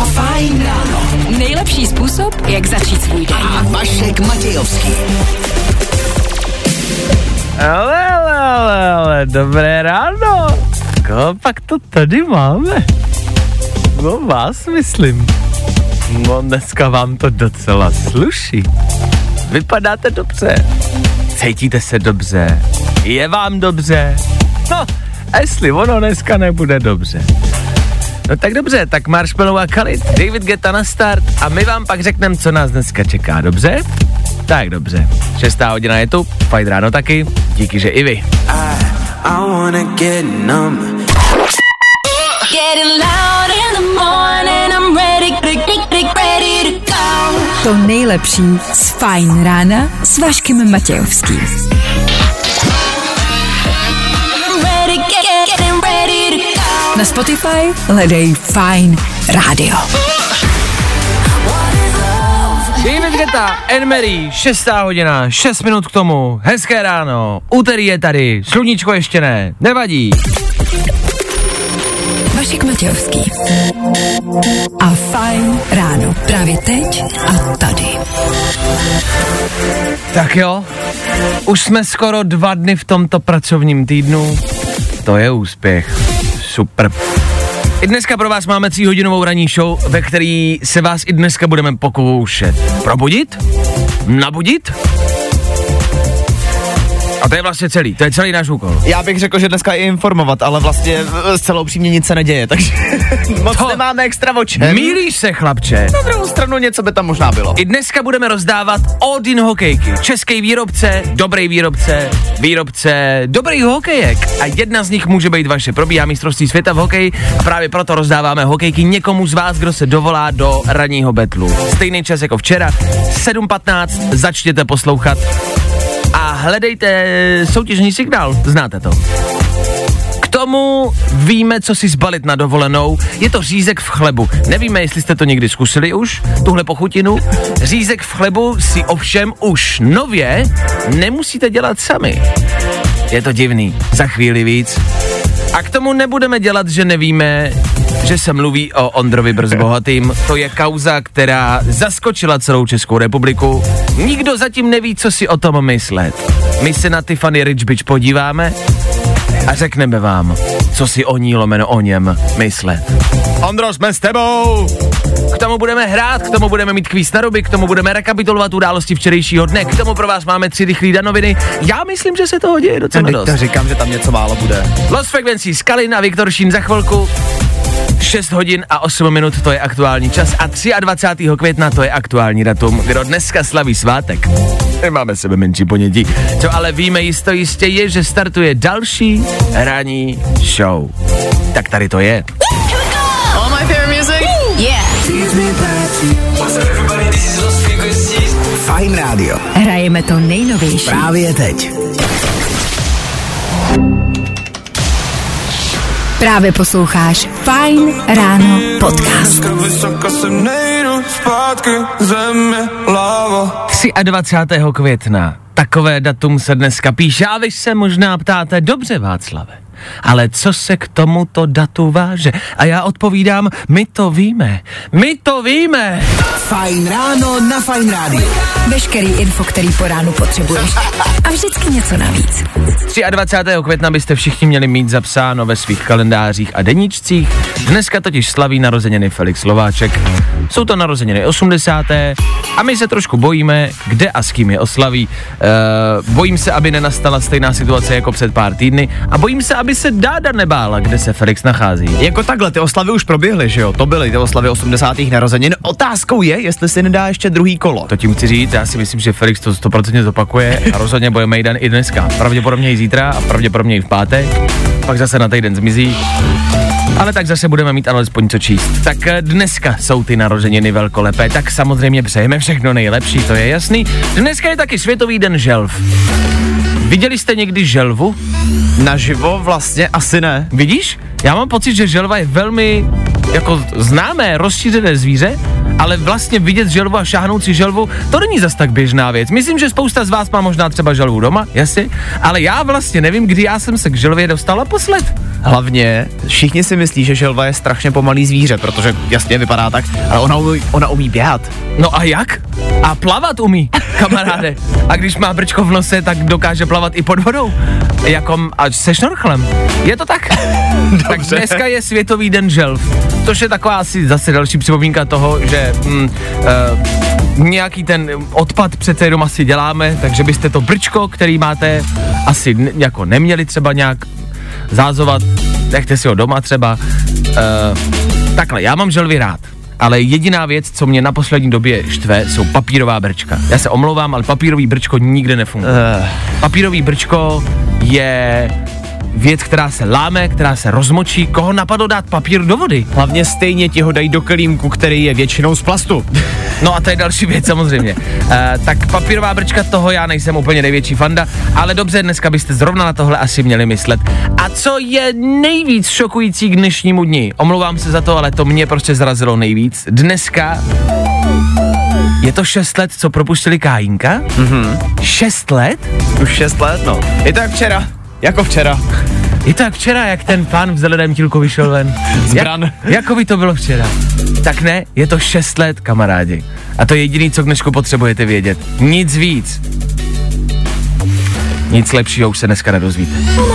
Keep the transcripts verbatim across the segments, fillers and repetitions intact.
Fajn ráno. Nejlepší způsob, jak začít svůj den. A Vašek Matějovský. Ale, ale, ale, ale, dobré ráno. Koho pak to tady máme? No vás, myslím. No dneska vám to docela sluší. Vypadáte dobře. Cítíte se dobře. Je vám dobře. No, a jestli ono dneska nebude dobře. No tak dobře, tak Marshmello a Khalid, David Guetta na start a my vám pak řekneme, co nás dneska čeká, dobře? Tak dobře, šestá hodina je tu, Fajn ráno taky, díky, že i vy. To nejlepší z Fajn rána s Vaškem Matějovským. Na Spotify hledej Fajn rádio. David Guetta, Anne Marie, šestá hodina, šest minut k tomu, hezké ráno, úterý je tady, sluníčko ještě ne, nevadí. Vašek Matějovský a Fajn ráno, právě teď a tady. Tak jo, už jsme skoro dva dny v tomto pracovním týdnu, to je úspěch, super. I dneska pro vás máme tříhodinovou ranní show, ve který se vás i dneska budeme pokoušet probudit, nabudit. A to je vlastně celý, to je celý náš úkol. Já bych řekl, že dneska je informovat, ale vlastně s celou přímě nic se neděje, takže moc To- nemáme extra očem. Mýlíš se, chlapče. Na druhou stranu něco by tam možná bylo. I dneska budeme rozdávat Odin hokejky. Český výrobce, dobrý výrobce, výrobce dobrých hokejek. A jedna z nich může být vaše. Probíhá mistrovství světa v hokeji a právě proto rozdáváme hokejky někomu z vás, kdo se dovolá do ranního betlu. Stejný čas jako včera, sedm patnáct, začněte poslouchat a hledejte soutěžní signál, znáte to. K tomu víme, co si zbalit na dovolenou, je to řízek v chlebu. Nevíme, jestli jste to někdy zkusili už, tuhle pochutinu. Řízek v chlebu si ovšem už nově nemusíte dělat sami. Je to divný, za chvíli víc. A k tomu nebudeme dělat, že nevíme, že se mluví o Ondrovi Brzbohatým. To je kauza, která zaskočila celou Českou republiku. Nikdo zatím neví, co si o tom myslet. My se na Tiffany Rich Bitch podíváme a řekneme vám, co si o ní lomeno o něm myslet. Ondro, jsme s tebou! K tomu budeme hrát, k tomu budeme mít kvíz na ruby, k tomu budeme rekapitulovat události včerejšího dne, k tomu pro vás máme tři rychlý danoviny. Já myslím, že se toho děje docela dost. To říkám, že tam něco málo bude. Lost Frequencies, Kalin a Viktor Šín za chvilku. šest hodin a osm minut, to je aktuální čas a dvacátého třetího května to je aktuální datum, kdo dneska slaví svátek. Nemáme sebe menší ponětí. Co ale víme jisto jistě je, že startuje další ranní show. Tak tady to je. All my favorite music? Yeah. Fajn rádio. Hrajeme to nejnovější. Právě teď. Právě posloucháš Fajn ráno podcast. dvacátého třetího května. Takové datum se dneska píše a vy se možná ptáte, dobře Václave, ale co se k tomuto datu váže? A já odpovídám, my to víme, my to víme. Fajn ráno na Fajn rádiu. Veškerý info, který po ránu potřebuješ. A vždycky něco navíc. dvacátého třetího května byste všichni měli mít zapsáno ve svých kalendářích a deníčcích. Dneska totiž slaví narozeniny Felix Slováček. Jsou to narozeniny osmdesáté a my se trošku bojíme, kde a s kým je oslaví. Uh, bojím se, aby nenastala stejná situace jako před pár týdny a bojím se, aby se Dáda nebála, kde se Felix nachází. Jako takhle, ty oslavy už proběhly, že jo? To byly ty oslavy osmdesátých narozenin. Otázkou je, jestli si nedá ještě druhý kolo. To tím chci říct, já si myslím, že Felix to sto procent zopakuje a rozhodně bude mejdan i dneska. Pravděpodobně i zítra a pravděpodobně i v pátek. Pak zase na týden zmizí. Ale tak zase budeme mít alespoň co číst. Tak dneska jsou ty narozeniny velkolepé, tak samozřejmě přejeme všechno nejlepší, to je jasný. Dneska je taky Světový den želv. Viděli jste někdy želvu? Naživo vlastně asi ne. Vidíš? Já mám pocit, že želva je velmi jako známé, rozšířené zvíře, ale vlastně vidět želvu a šáhnout si želvu, to není zas tak běžná věc. Myslím, že spousta z vás má možná třeba želvu doma, jasně, ale já vlastně nevím, kdy já jsem se k želvě dostal naposled. Hlavně všichni si myslí, že želva je strašně pomalý zvíře, protože jasně vypadá tak, ale ona umí, ona umí běhat. No a jak? A plavat umí, kamaráde. A když má brčko v nose, tak dokáže plavat i pod vodou. Jako a se šnorchlem. Je to tak? Tak dneska je Světový den želv. Což je taková asi zase další připomínka toho, že mm, uh, nějaký ten odpad přece jenom asi děláme, takže byste to brčko, který máte, asi n- jako neměli třeba nějak zázovat, nechte si ho doma třeba. Uh, takhle, já mám želvy rád. Ale jediná věc, co mě na poslední době štve, jsou papírová brčka. Já se omlouvám, ale papírový brčko nikde nefunguje. Uh. Papírový brčko je věc, která se láme, která se rozmočí. Koho napadlo dát papír do vody? Hlavně stejně ti ho dají do kelímku, který je většinou z plastu. No a to je další věc samozřejmě. Uh, tak papírová brčka, toho já nejsem úplně největší fanda, ale dobře, dneska byste zrovna na tohle asi měli myslet. A co je nejvíc šokující k dnešnímu dni? Omlouvám se za to, ale to mě prostě zrazilo nejvíc. Dneska je to šest let, co propustili Kájinka? Mhm. Šest let? Už šest let, no. Je to jak včera. Jako včera. Je to jak včera, jak ten pán v zeleném tílku vyšel ven. Zbran. Jak, jako by to bylo včera. Tak ne, je to šest let, kamarádi. A to je jediný, co k dnešku potřebujete vědět. Nic víc. Nic lepšího už se dneska nedozvíte.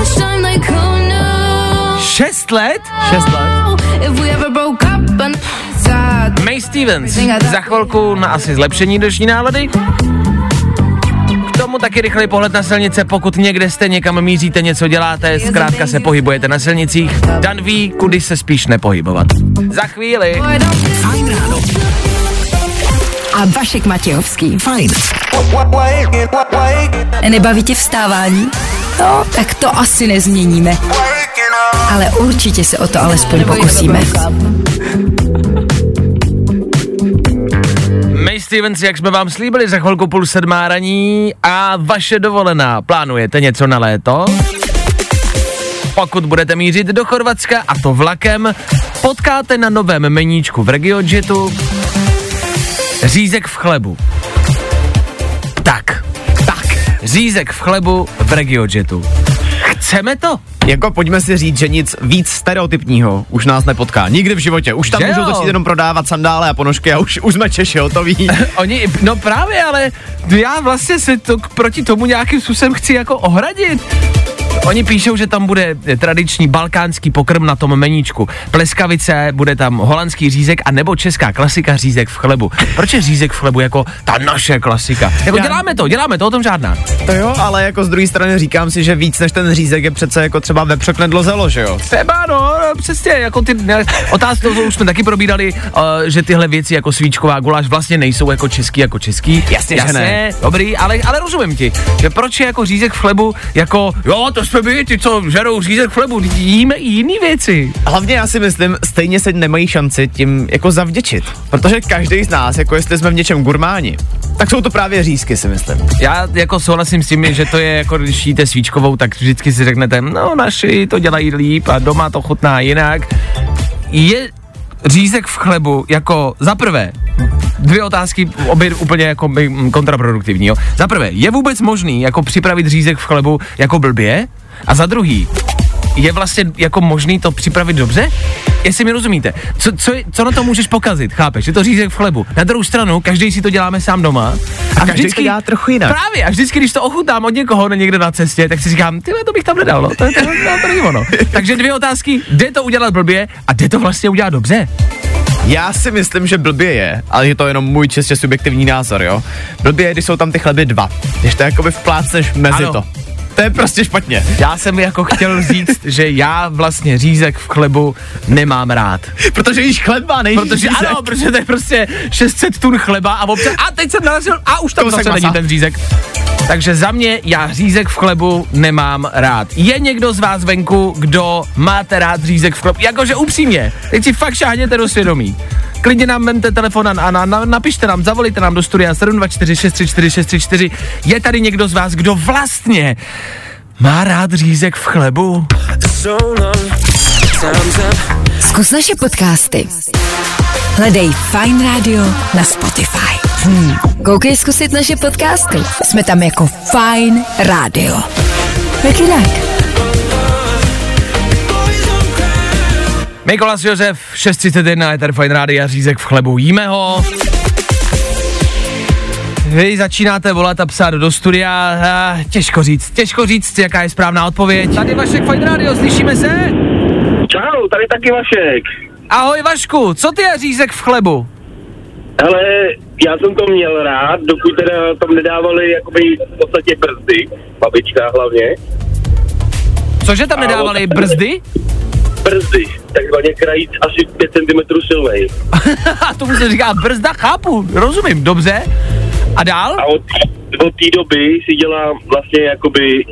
Šest let? Šest let. May Stevens. Za chvilku na asi zlepšení dnešní nálady. K tomu taky rychlej pohled na silnice, pokud někde jste, někam míříte, něco děláte, zkrátka se pohybujete na silnicích. Dan ví, kudy se spíš nepohybovat. Za chvíli. Fajn ráno. A Vašek Matějovský. Fajn. Nebaví tě vstávání? No, tak to asi nezměníme. Ale určitě se o to alespoň pokusíme. May Stevens, jak jsme vám slíbili, za chvilku půl sedmá raní a vaše dovolená. Plánujete něco na léto? Pokud budete mířit do Chorvatska, a to vlakem, potkáte na novém meníčku v RegioJetu řízek v chlebu. Tak, tak, řízek v chlebu v RegioJetu. Chceme to? Jako pojďme si říct, že nic víc stereotypního už nás nepotká. Nikdy v životě. Už tam že můžou jo? začít jenom prodávat sandále a ponožky a už, už jsme Češi hotoví. Oni, no právě, ale já vlastně se to proti tomu nějakým způsobem chci jako ohradit. Oni píšou, že tam bude tradiční balkánský pokrm na tom meníčku. Pleskavice, bude tam holandský řízek a nebo česká klasika řízek v chlebu. Proč je řízek v chlebu jako ta naše klasika? Jako Já... děláme to, děláme to, o tom žádná. To jo, ale jako z druhé strany říkám si, že víc než ten řízek je přece jako třeba vepřok nedlo zelo, že jo? Třeba no, no přesně, jako ty otázky, to už jsme taky probírali, uh, že tyhle věci jako svíčková guláš vlastně nejsou jako český, jako český. Jasně, že ne. Dobrý, ale, ale rozumím ti, že proč je jako řízek v chlebu jako, jo, to jsme my, ty co žerou řízek v chlebu, jíme i jiný věci. Hlavně já si myslím, stejně se nemají šanci tím jako zavděčit, protože každý z nás, jako jestli jsme v něčem gurmáni, tak jsou to právě řízky, si myslím. Já jako souhlasím s tím, že to je jako když jíte svíčkovou, tak vždycky si řeknete, no naši to dělají líp a doma to chutná jinak. Je řízek v chlebu jako za prvé, dvě otázky, obě úplně jako kontraproduktivní, jo. Za prvé, je vůbec možný jako připravit řízek v chlebu jako blbě? A za druhý, je vlastně jako možný to připravit dobře? Jestli mi rozumíte, co, co, co na to můžeš pokazit, chápeš, je to řízek v chlebu. Na druhou stranu, každý si to děláme sám doma. A, a každý vždycky, to dělá trochu jinak. Právě, a vždycky, když to ochutnám od někoho někde na cestě, tak si říkám, tyhle, to bych tam nedal, no, to, to, to, to, to není ono. Takže dvě otázky, jde to udělat blbě a jde to vlastně udělat dobře? Já si myslím, že blbě je, ale je to jenom můj čistě subjektivní názor, jo. Blbě je, když jsou tam ty chleby dva, když to jakoby vplácneš mezi ano. to. To je prostě špatně. Já jsem jako chtěl říct, že já vlastně řízek v chlebu nemám rád. Protože jíš chleba, nejíš Protože řízek. ano, protože to je prostě šest set tun chleba a občas, a teď jsem narazil a už tam zase není ten řízek. Takže za mě já řízek v chlebu nemám rád. Je někdo z vás venku, kdo máte rád řízek v chlebu? Jakože upřímně, teď si fakt šáhněte do svědomí. Klidně nám vemte telefon a na, na, napište nám, zavolejte nám do studia sedm dva čtyři šest tři čtyři šest tři čtyři. Je tady někdo z vás, kdo vlastně má rád řízek v chlebu? Zkus naše podcasty. Hledej Fajn Radio na Spotify. Hmm. Koukej zkusit naše podcasty. Jsme tam jako Fajn Radio. Jak jinak? Mikolas Josef, šest třicet jedna, je tady Fajn Rádia, řízek v chlebu, jíme ho. Vy začínáte volat a psát do studia, a těžko říct, těžko říct, jaká je správná odpověď. Tady Vašek, Fajn Rádio, slyšíme se? Čau, tady taky Vašek. Ahoj Vašku, co ty a řízek v chlebu? Hele, já jsem to měl rád, dokud teda tam nedávali jakoby v podstatě brzdy, babička hlavně. Cože tam nedávali, brzdy? Brzdy, takzvaně krajíc asi pět centimetrů silnej. A tomu se říká brzda, chápu, rozumím, dobře. A dál? A od, od té doby si dělám vlastně jakoby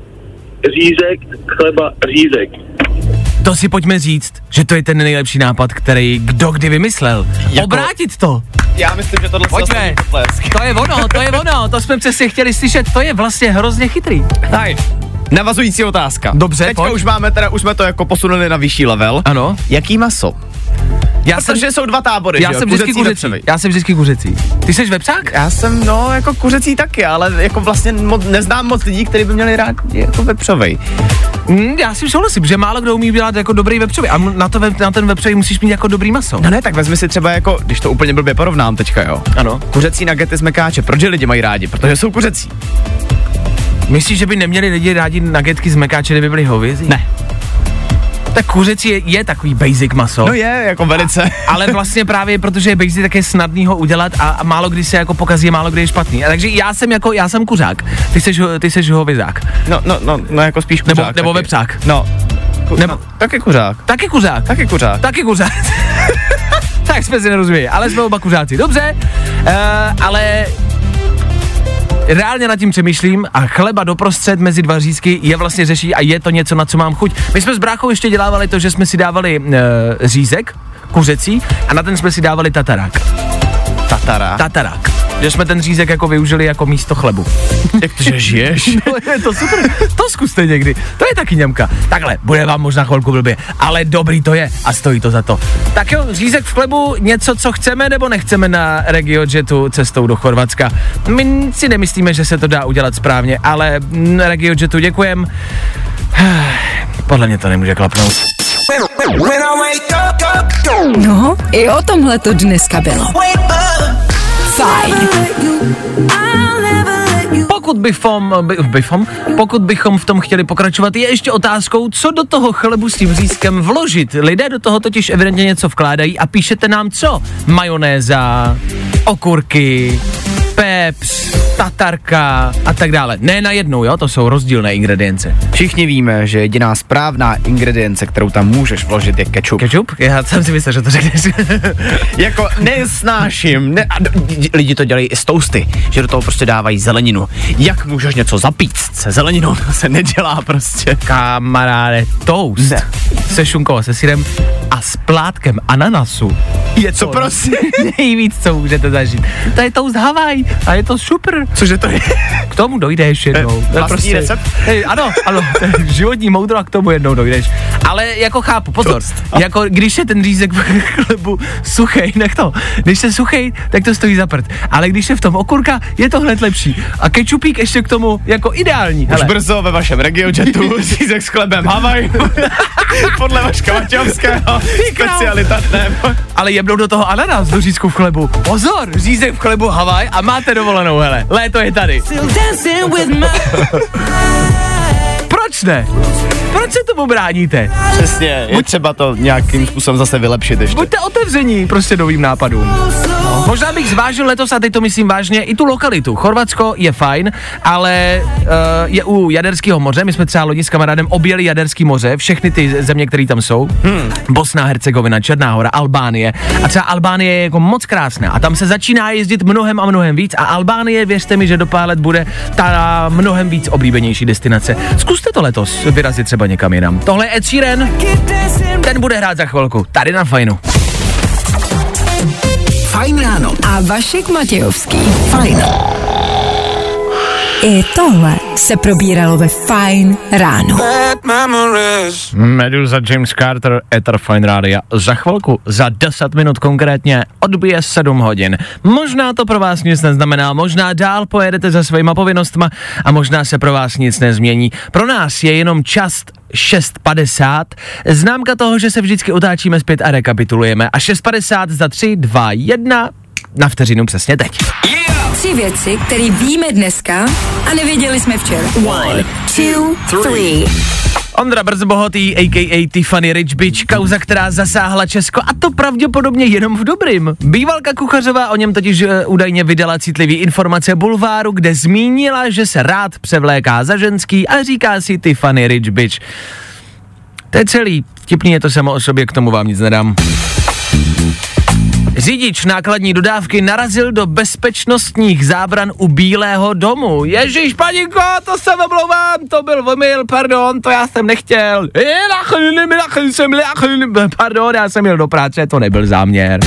řízek, chleba, řízek. To si pojďme říct, že to je ten nejlepší nápad, který kdo kdy vymyslel. Jako... Obrátit to. Já myslím, že tohle Pojďme, to je ono, to je ono, to jsme přesně chtěli slyšet, to je vlastně hrozně chytrý. Fajn. Navazující otázka. Dobře, Teďka pojď. už máme teda, už jsme to jako posunuli na vyšší level. Ano. Jaký maso? Já Protože jsem, jsou dva tábory, já že jo? jsem vždycky Kuřecí, kuřecí, vepřovej. já jsem vždycky kuřecí. Ty jsi vepřák? Já jsem, no, jako kuřecí taky, ale jako vlastně moc, neznám moc lidí, kteří by měli rád jako vepřovej. Mm, já si souhlasím, že málo kdo umí dělat jako dobrý vepřový a na, to, na ten vepřový musíš mít jako dobrý maso. No ne, tak vezmi si třeba jako, když to úplně blbě porovnám teďka, jo. Ano. Kuřecí nugety z mekáče, proč je lidi mají rádi? Protože jsou kuřecí. Myslíš, že by neměli lidi rádi nuggetky z mekáče, kdyby byli hovězí? Ne. Tak kuřecí je, je takový basic maso. No je, jako velice. A, ale vlastně právě, protože je basic, tak je snadný ho udělat a, a málo kdy se jako pokazí a málo kdy je špatný. A takže já jsem jako, já jsem kuřák. Ty jsi, ty jsi hovězák. No, no, no, no jako spíš kuřák. Nebo, nebo taky. vepřák. No. Ku, Nebo- no, taky kuřák. Taky kuřák. Taky kuřák. Taky kuřák. Tak jsme si nerozuměli, ale jsme oba kuřáci. Dobře, uh, ale reálně nad tím přemýšlím a chleba doprostřed mezi dva řízky je vlastně řeší a je to něco, na co mám chuť. My jsme s bráchou ještě dělávali to, že jsme si dávali uh, řízek, kuřecí, a na ten jsme si dávali tatarák. Tatara. Tatarák. Že jsme ten řízek jako využili jako místo chlebu. Jak to, že žiješ? No, je to super, to zkuste někdy, to je taky ňamka. Takhle, bude vám možná chvilku blbě, ale dobrý to je a stojí to za to. Tak jo, řízek v chlebu, něco, co chceme nebo nechceme na RegioJetu cestou do Chorvatska. My si nemyslíme, že se to dá udělat správně, ale na RegioJetu děkujem. Podle mě to nemůže klapnout. No, i o tomhle to dneska bylo. Fajn. Pokud bychom, by, bychom, pokud bychom v tom chtěli pokračovat, je ještě otázkou, co do toho chlebu s tím řízkem vložit. Lidé do toho totiž evidentně něco vkládají a píšete nám co? Majonéza, okurky, pepř, tatarka a tak dále. Ne najednou, jo, to jsou rozdílné ingredience. Všichni víme, že jediná správná ingredience, kterou tam můžeš vložit, je ketchup. Ketchup? Já jsem si myslel, že to řekneš. Jako nesnáším, ne, a d- lidi to dělají i s toasty, že do toho prostě dávají zeleninu. Jak můžeš něco zapíct se zeleninou? To se nedělá prostě. Kamaráde, toast Ne. se šunkou a se syrem a s plátkem ananasu je Co to prosím? nejvíc, co můžete zažít. To je toast Havaj a je to super. Cože to je? K tomu dojdeš jednou. Eh, vlastní recept? Hej, ano, ano, to je životní moudro a k tomu jednou dojdeš. Ale jako chápu, pozor, Toast. jako když je ten řízek v chlebu suchej, nech to. Když je suchej, tak to stojí za prd. Ale když je v tom okurka, je to hned lepší. A kečupík ještě k tomu jako ideální. Už Hele. brzo ve vašem RegioJetu řízek s chlebem Havaj. Podle Vaška Maťovského. Specialita dne. Ale jebnou do toho ananas do řízku v chlebu. Pozor, řízek v chlebu Havaj a máte dovolenou, hele. Léto je tady. Proč ne? Proč se tomu bráníte? Přesně, je třeba to nějakým způsobem zase vylepšit ještě. Buďte otevření prostě novým nápadům. No. Možná bych zvážil letos, a teď to myslím vážně, i tu lokalitu. Chorvatsko je fajn, ale uh, je u Jaderského moře. My jsme třeba loni s kamarádem objeli Jaderský moře, všechny ty země, které tam jsou. Hmm. Bosna, Hercegovina, Černá Hora, Albánie. A třeba Albánie je jako moc krásná. A tam se začíná jezdit mnohem a mnohem víc. A Albánie, věřte mi, že do pár let bude ta mnohem víc oblíbenější destinace. Zkuste to letos vyrazit třeba někam jinam. Tohle je Ed Sheeran, ten bude hrát za chvilku. Tady na Fajnu. Fajn ráno. A Vašek Matějovský. Fajn. I tohle se probíralo ve Fajn ráno. Meduza, James Carter, Ether Fajn rádia. Za chvilku, za deset minut konkrétně, odbije sedm hodin. Možná to pro vás nic neznamená, možná dál pojedete za svýma povinnostma a možná se pro vás nic nezmění. Pro nás je jenom čas šest padesát, známka toho, že se vždycky otáčíme zpět a rekapitulujeme. A šest padesát za tři, dva, jedna, na vteřinu přesně teď. Yeah! Tři věci, které víme dneska a nevěděli jsme včera. One, two, three. Ondra Brzbohatý, a ká a. Tiffany Rich Bitch, kauza, která zasáhla Česko, a to pravděpodobně jenom v dobrým. Bývalka Kuchařová o něm totiž uh, údajně vydala citlivý informace Bulváru, kde zmínila, že se rád převléká za ženský a říká si Tiffany Rich Bitch. To je celý. Vtipný je to samo o sobě, k tomu vám nic nedám. Řidič nákladní dodávky narazil do bezpečnostních zábran u Bílého domu. Ježíš, paninko, to se omlouvám, to byl omyl, pardon, to já jsem nechtěl. Pardon, já jsem jel do práce, to nebyl záměr.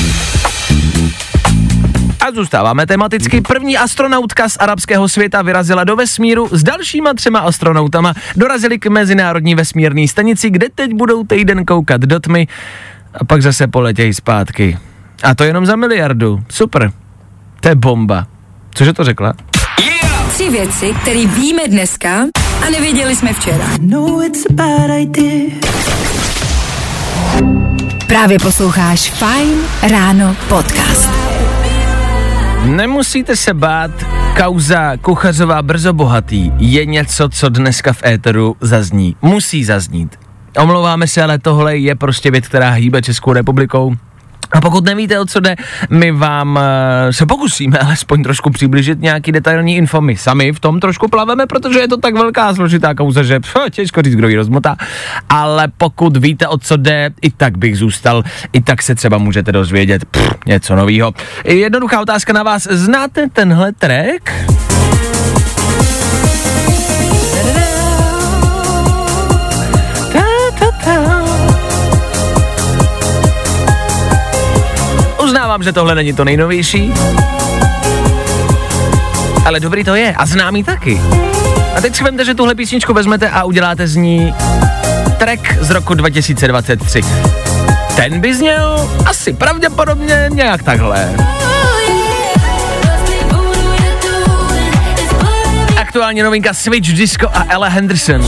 A zůstáváme tematicky. První astronautka z arabského světa vyrazila do vesmíru s dalšíma třema astronautama. Dorazili k mezinárodní vesmírné stanici, kde teď budou týden koukat do tmy a pak zase poletějí zpátky. A to jenom za miliardu. Super. To je bomba. Cože to řekla? Yeah! Tři věci, které víme dneska a nevěděli jsme včera. Právě posloucháš Fajn ráno podcast. Nemusíte se bát, kauza Kuchařová Brzobohatý je něco, co dneska v éteru zazní. Musí zaznít. Omlouváme se, ale tohle je prostě věc, která hýbe Českou republikou. A pokud nevíte, o co jde, my vám uh, se pokusíme alespoň trošku přiblížit nějaký detailní info. My sami v tom trošku plaveme, protože je to tak velká složitá kauza, že pff, těžko říct, kdo ji rozmotá. Ale pokud víte, o co jde, i tak bych zůstal, i tak se třeba můžete dozvědět pff, něco novýho. Jednoduchá otázka na vás. Znáte tenhle track? Uznávám, že tohle není to nejnovější, ale dobrý to je a známý taky. A teď si vemte, že tuhle písničku vezmete a uděláte z ní track z roku dva tisíce dvacet tři. Ten by zněl asi pravděpodobně nějak takhle. Aktuální novinka Switch Disco a Ella Henderson.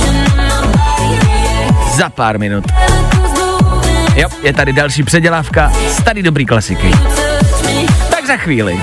Za pár minut. Jo, je tady další předělávka starý dobrý klasiky. Tak za chvíli.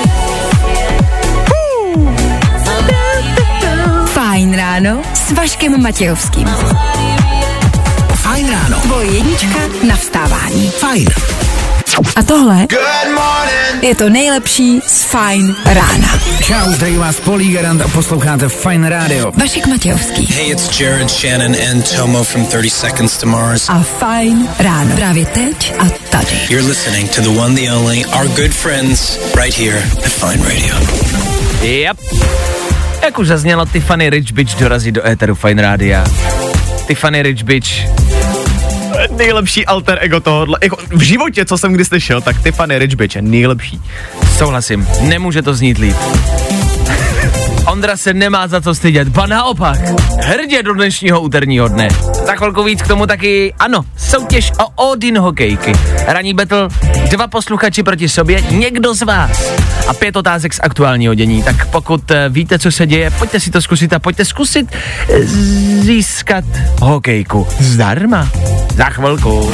Fajn ráno s Vaškem Matějovským. Fajn ráno. Tvoje jednička na vstávání. Fajn. A tohle je to nejlepší z Fajn rána. Čau, zdraví vás Polí Garant a posloucháte Fajn rádio. Vašek Matějovský. Hey, it's Jared Shannon and Tomo from thirty seconds to Mars. A Fajn ráno. Právě teď a tady. You're listening to the one, the only, our good friends, right here at Fajn Radio. Yep. Jak už zaznělo, Tiffany Rich Bitch dorazí do éteru Fajn rádia. Tiffany Rich Bitch. Nejlepší alter ego tohohle, jako v životě, co jsem kdy slyšel, tak Tiffany Rich Bitch je nejlepší. Souhlasím, nemůže to znít líp. Ondra se nemá za co stydět, ba naopak, hrdě do dnešního úterního dne. Za chvilku víc k tomu taky, ano, soutěž o Odin hokejky. Ranní battle, dva posluchači proti sobě, někdo z vás. A pět otázek z aktuálního dění. Tak pokud víte, co se děje, pojďte si to zkusit a pojďte zkusit získat hokejku zdarma. Za chvilku.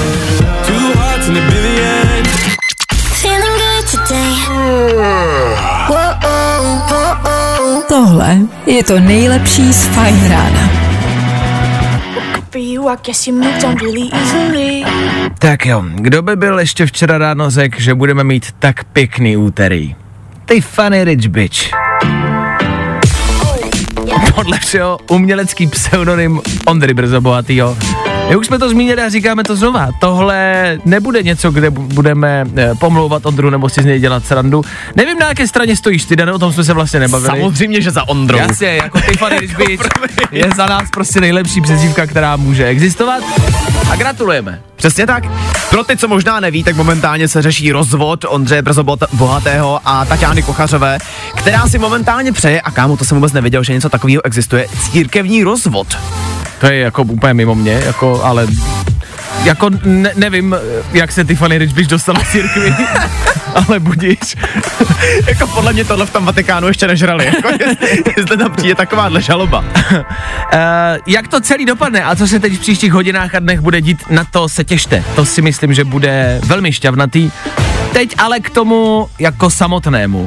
Tohle je to nejlepší z Fajn rána. Tak jo, kdo by byl ještě včera ráno řekl, že budeme mít tak pěkný úterý? Tiffany Rich Bitch. Podle všeho umělecký pseudonym Ondry Brzobohatýho. My už jsme to zmínili a říkáme to znova. Tohle nebude něco, kde budeme pomlouvat Ondru nebo si z něj dělat srandu. Nevím, na jaké straně stojíš ty, Dane, o tom jsme se vlastně nebavili. Samozřejmě, že za Ondrou. Jasně, jako Tiffany Rich Bitch je za nás prostě nejlepší přezdívka, která může existovat. A gratulujeme. Přesně tak. Pro ty, co možná neví, tak momentálně se řeší rozvod Ondřeje Brzo Bohatého a Taťány Kochařové, která si momentálně přeje, a kámo, to jsem vůbec nevěděl, že něco takového existuje, církevní rozvod. To je jako úplně mimo mě, jako, ale jako ne, nevím, jak se Tiffany Rich Bitch dostala k církvi, ale budíš. Jako podle mě tohle v tom Vatikánu ještě nežrali, jako jestli, jestli tam přijde takováhle žaloba. uh, jak to celý dopadne a co se teď v příštích hodinách a dnech bude dít, na to se těšte. To si myslím, že bude velmi šťavnatý. Teď ale k tomu jako samotnému.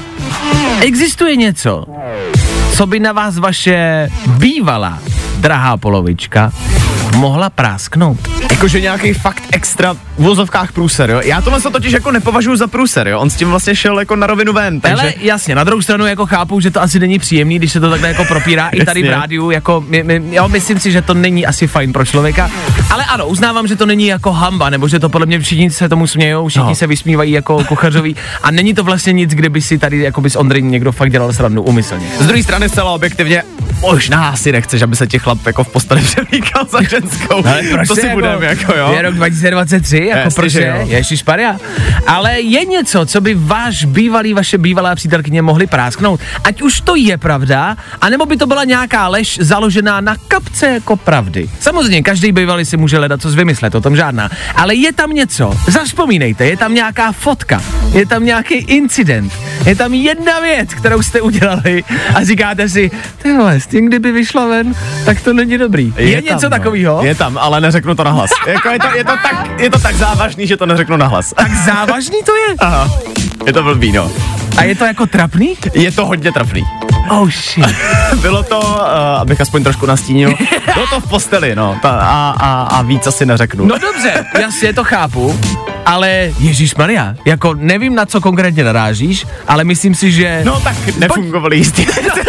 Existuje něco, co by na vás vaše bývalá drahá polovička mohla prásknout? Jakože nějaký fakt extra v vozovkách průser, jo? Já tohle se totiž jako nepovažuji za průser, jo? On s tím vlastně šel jako na rovinu ven, takže... Ale jasně, na druhou stranu jako chápu, že to asi není příjemný, když se to takhle jako propírá i tady v rádiu, jako, my, my, jo, myslím si, že to není asi fajn pro člověka, ale ano, uznávám, že to není jako hamba, nebo že to podle mě všichni se tomu smějou, všichni no. se vysmívají jako Kuchařoví a není to vlastně nic, kde by si tady jako by s Ondrej někdo fakt dělal srandu úmyslně. Z druhé strany zcela objektivně, možná si nechceš, aby se ti chlap jako v posteli převlíkal za ženskou. Ale to si jako, budeme, jako jo. Je rok dva tisíce dvacet tři, jako proč ježišmarja. Ale je něco, co by váš bývalý, vaše bývalá přítelkyně mohli prásknout. Ať už to je pravda, anebo by to byla nějaká lež založená na kapce jako pravdy. Samozřejmě, každý bývalý si může hledat co vymyslet, o tom žádná. Ale je tam něco, zavzpomínejte, je tam nějaká fotka, je tam nějaký incident, je tam jedna věc, kterou jste udělali a říkáte si, ty vole, s tím kdyby vyšla ven, tak to není dobrý. Je, je tam, něco no. takového? Je tam, ale neřeknu to nahlas. jako je, to, je, to tak, je to tak závažný, že to neřeknu nahlas. Tak závažný to je? Aha, je to blbý, no. A je to jako trapný? Je to hodně trapný. Oh shit. Bylo to, uh, abych aspoň trošku nastínil, bylo to v posteli, no, ta, a, a, a víc asi neřeknu. No dobře, jasně to chápu, ale ježišmarja, jako nevím, na co konkrétně narážíš, ale myslím si, že... No tak nefungovaly jistě.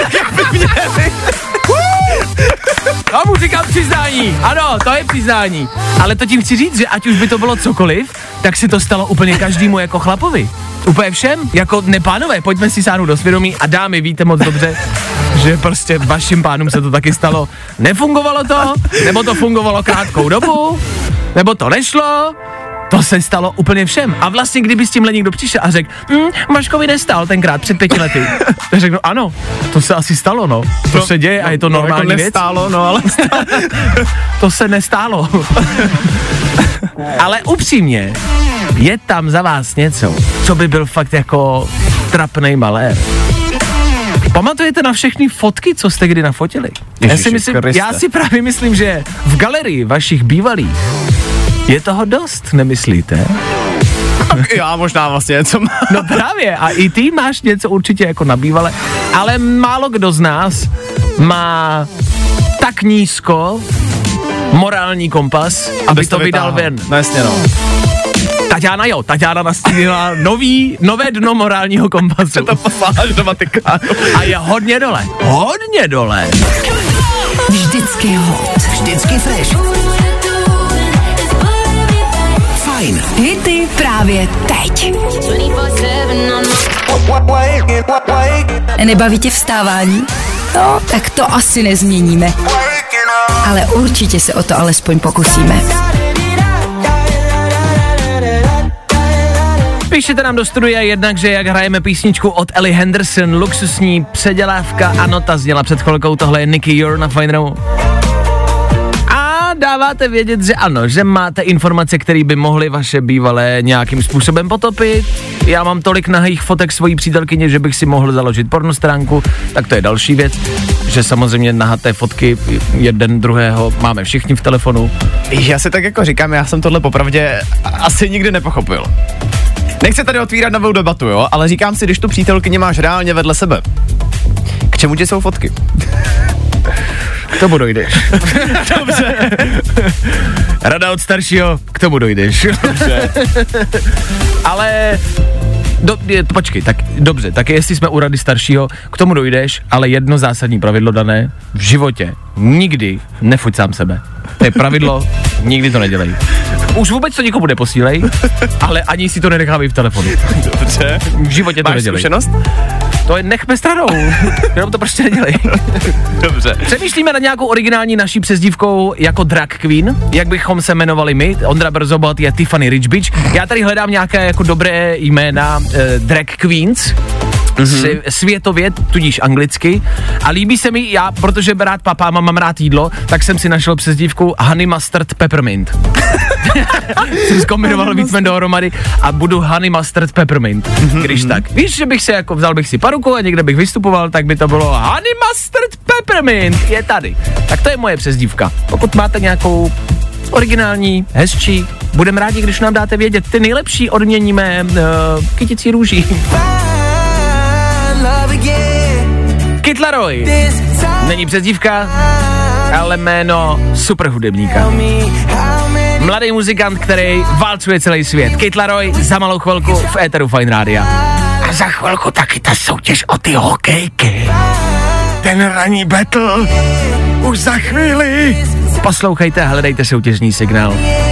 Tomu říkám přiznání, ano, to je přiznání, ale to tím chci říct, že ať už by to bylo cokoliv, tak si to stalo úplně každému jako chlapovi. Úplně všem, jako nepánové, pojďme si sáhnout do svědomí a dámy, víte moc dobře, že prostě vašim pánům se to taky stalo. Nefungovalo to, nebo to fungovalo krátkou dobu, nebo to nešlo, to se stalo úplně všem. A vlastně, kdyby s tímhle někdo přišel a řekl, hm, Vaškovi nestál tenkrát před pěti lety, tak řeknu, ano, to se asi stalo, no. To, to se děje no, a je to normální no, jako věc. Nestálo, no, ale to se nestálo. Ale upřímně, je tam za vás něco, co by byl fakt jako trapnej malér. Pamatujete na všechny fotky, co jste kdy nafotili? Já si, myslím, já si právě myslím, že v galerii vašich bývalých je toho dost, nemyslíte? Já možná vlastně něco mám. No právě, a i ty máš něco určitě jako na bývalé, ale málo kdo z nás má tak nízko morální kompas, aby to vydal ven. No jasně, no. Taťána jo, Taťána nastínila nový, nové dno morálního kompasu. Se to posláš do Vatikánu. A je hodně dole, hodně dole. Vždycky hot. Vždycky fresh. Fajn. Hity právě teď. Nebaví tě vstávání? No, tak to asi nezměníme. Ale určitě se o to alespoň pokusíme. Píšete nám do studia jednak, že jak hrajeme písničku od Ellie Henderson, luxusní předělávka, ano, ta zněla před chvilkou, tohle je Nicky Your na Fajn rádiu. A dáváte vědět, že ano, že máte informace, které by mohly vaše bývalé nějakým způsobem potopit. Já mám tolik nahých fotek svojí přítelkyně, že bych si mohl založit pornostránku, tak to je další věc, že samozřejmě nahaté fotky jeden druhého máme všichni v telefonu. Já si tak jako říkám, já jsem tohle popravdě asi nikdy nepochopil. Nechci tady otvírat novou debatu, jo, ale říkám si, když tu přítelkyni máš reálně vedle sebe, k čemu ti jsou fotky? K tomu dojdeš. Dobře. Rada od staršího, k tomu dojdeš. Dobře. Ale... Do, je, počkej, tak dobře, tak jestli jsme u rady staršího, k tomu dojdeš, ale jedno zásadní pravidlo dané, v životě nikdy nefoť sám sebe. To je pravidlo, nikdy to nedělej. Už vůbec to nikomu neposílej, ale ani si to nenechávej v telefonu. Dobře. V životě to Máš nedělej. zkušenost? To je nechme stranou, jenom to prostě nedělej. Dobře. Přemýšlíme nad nějakou originální naší přezdívkou jako drag queen, jak bychom se jmenovali my. Ondra Brzobot je Tiffany Rich Bitch. Já tady hledám nějaké jako dobré jména eh, drag queens. Mm-hmm. Světově, tudíž anglicky. A líbí se mi, já, protože rád papám a mám rád jídlo, tak jsem si našel přezdívku Honey Mustard Peppermint. Jsem zkombinoval víc dohromady a budu Honey Mustard Peppermint, mm-hmm. když tak. Víš, že bych se jako, vzal bych si paruku a někde bych vystupoval, tak by to bylo Honey Mustard Peppermint, je tady. Tak to je moje přezdívka. Pokud máte nějakou originální, hezčí, budeme rádi, když nám dáte vědět. Ty nejlepší odměníme uh, kyticí růží. Kid Laroi. Není přezdívka, ale jméno superhudebníka. Mladý muzikant, který válcuje celý svět. Kid Laroi za malou chvilku v éteru Fine Rádia. A za chvilku taky ta soutěž o ty hokejky. Ten ranní battle už za chvíli. Poslouchejte a hledejte soutěžní signál.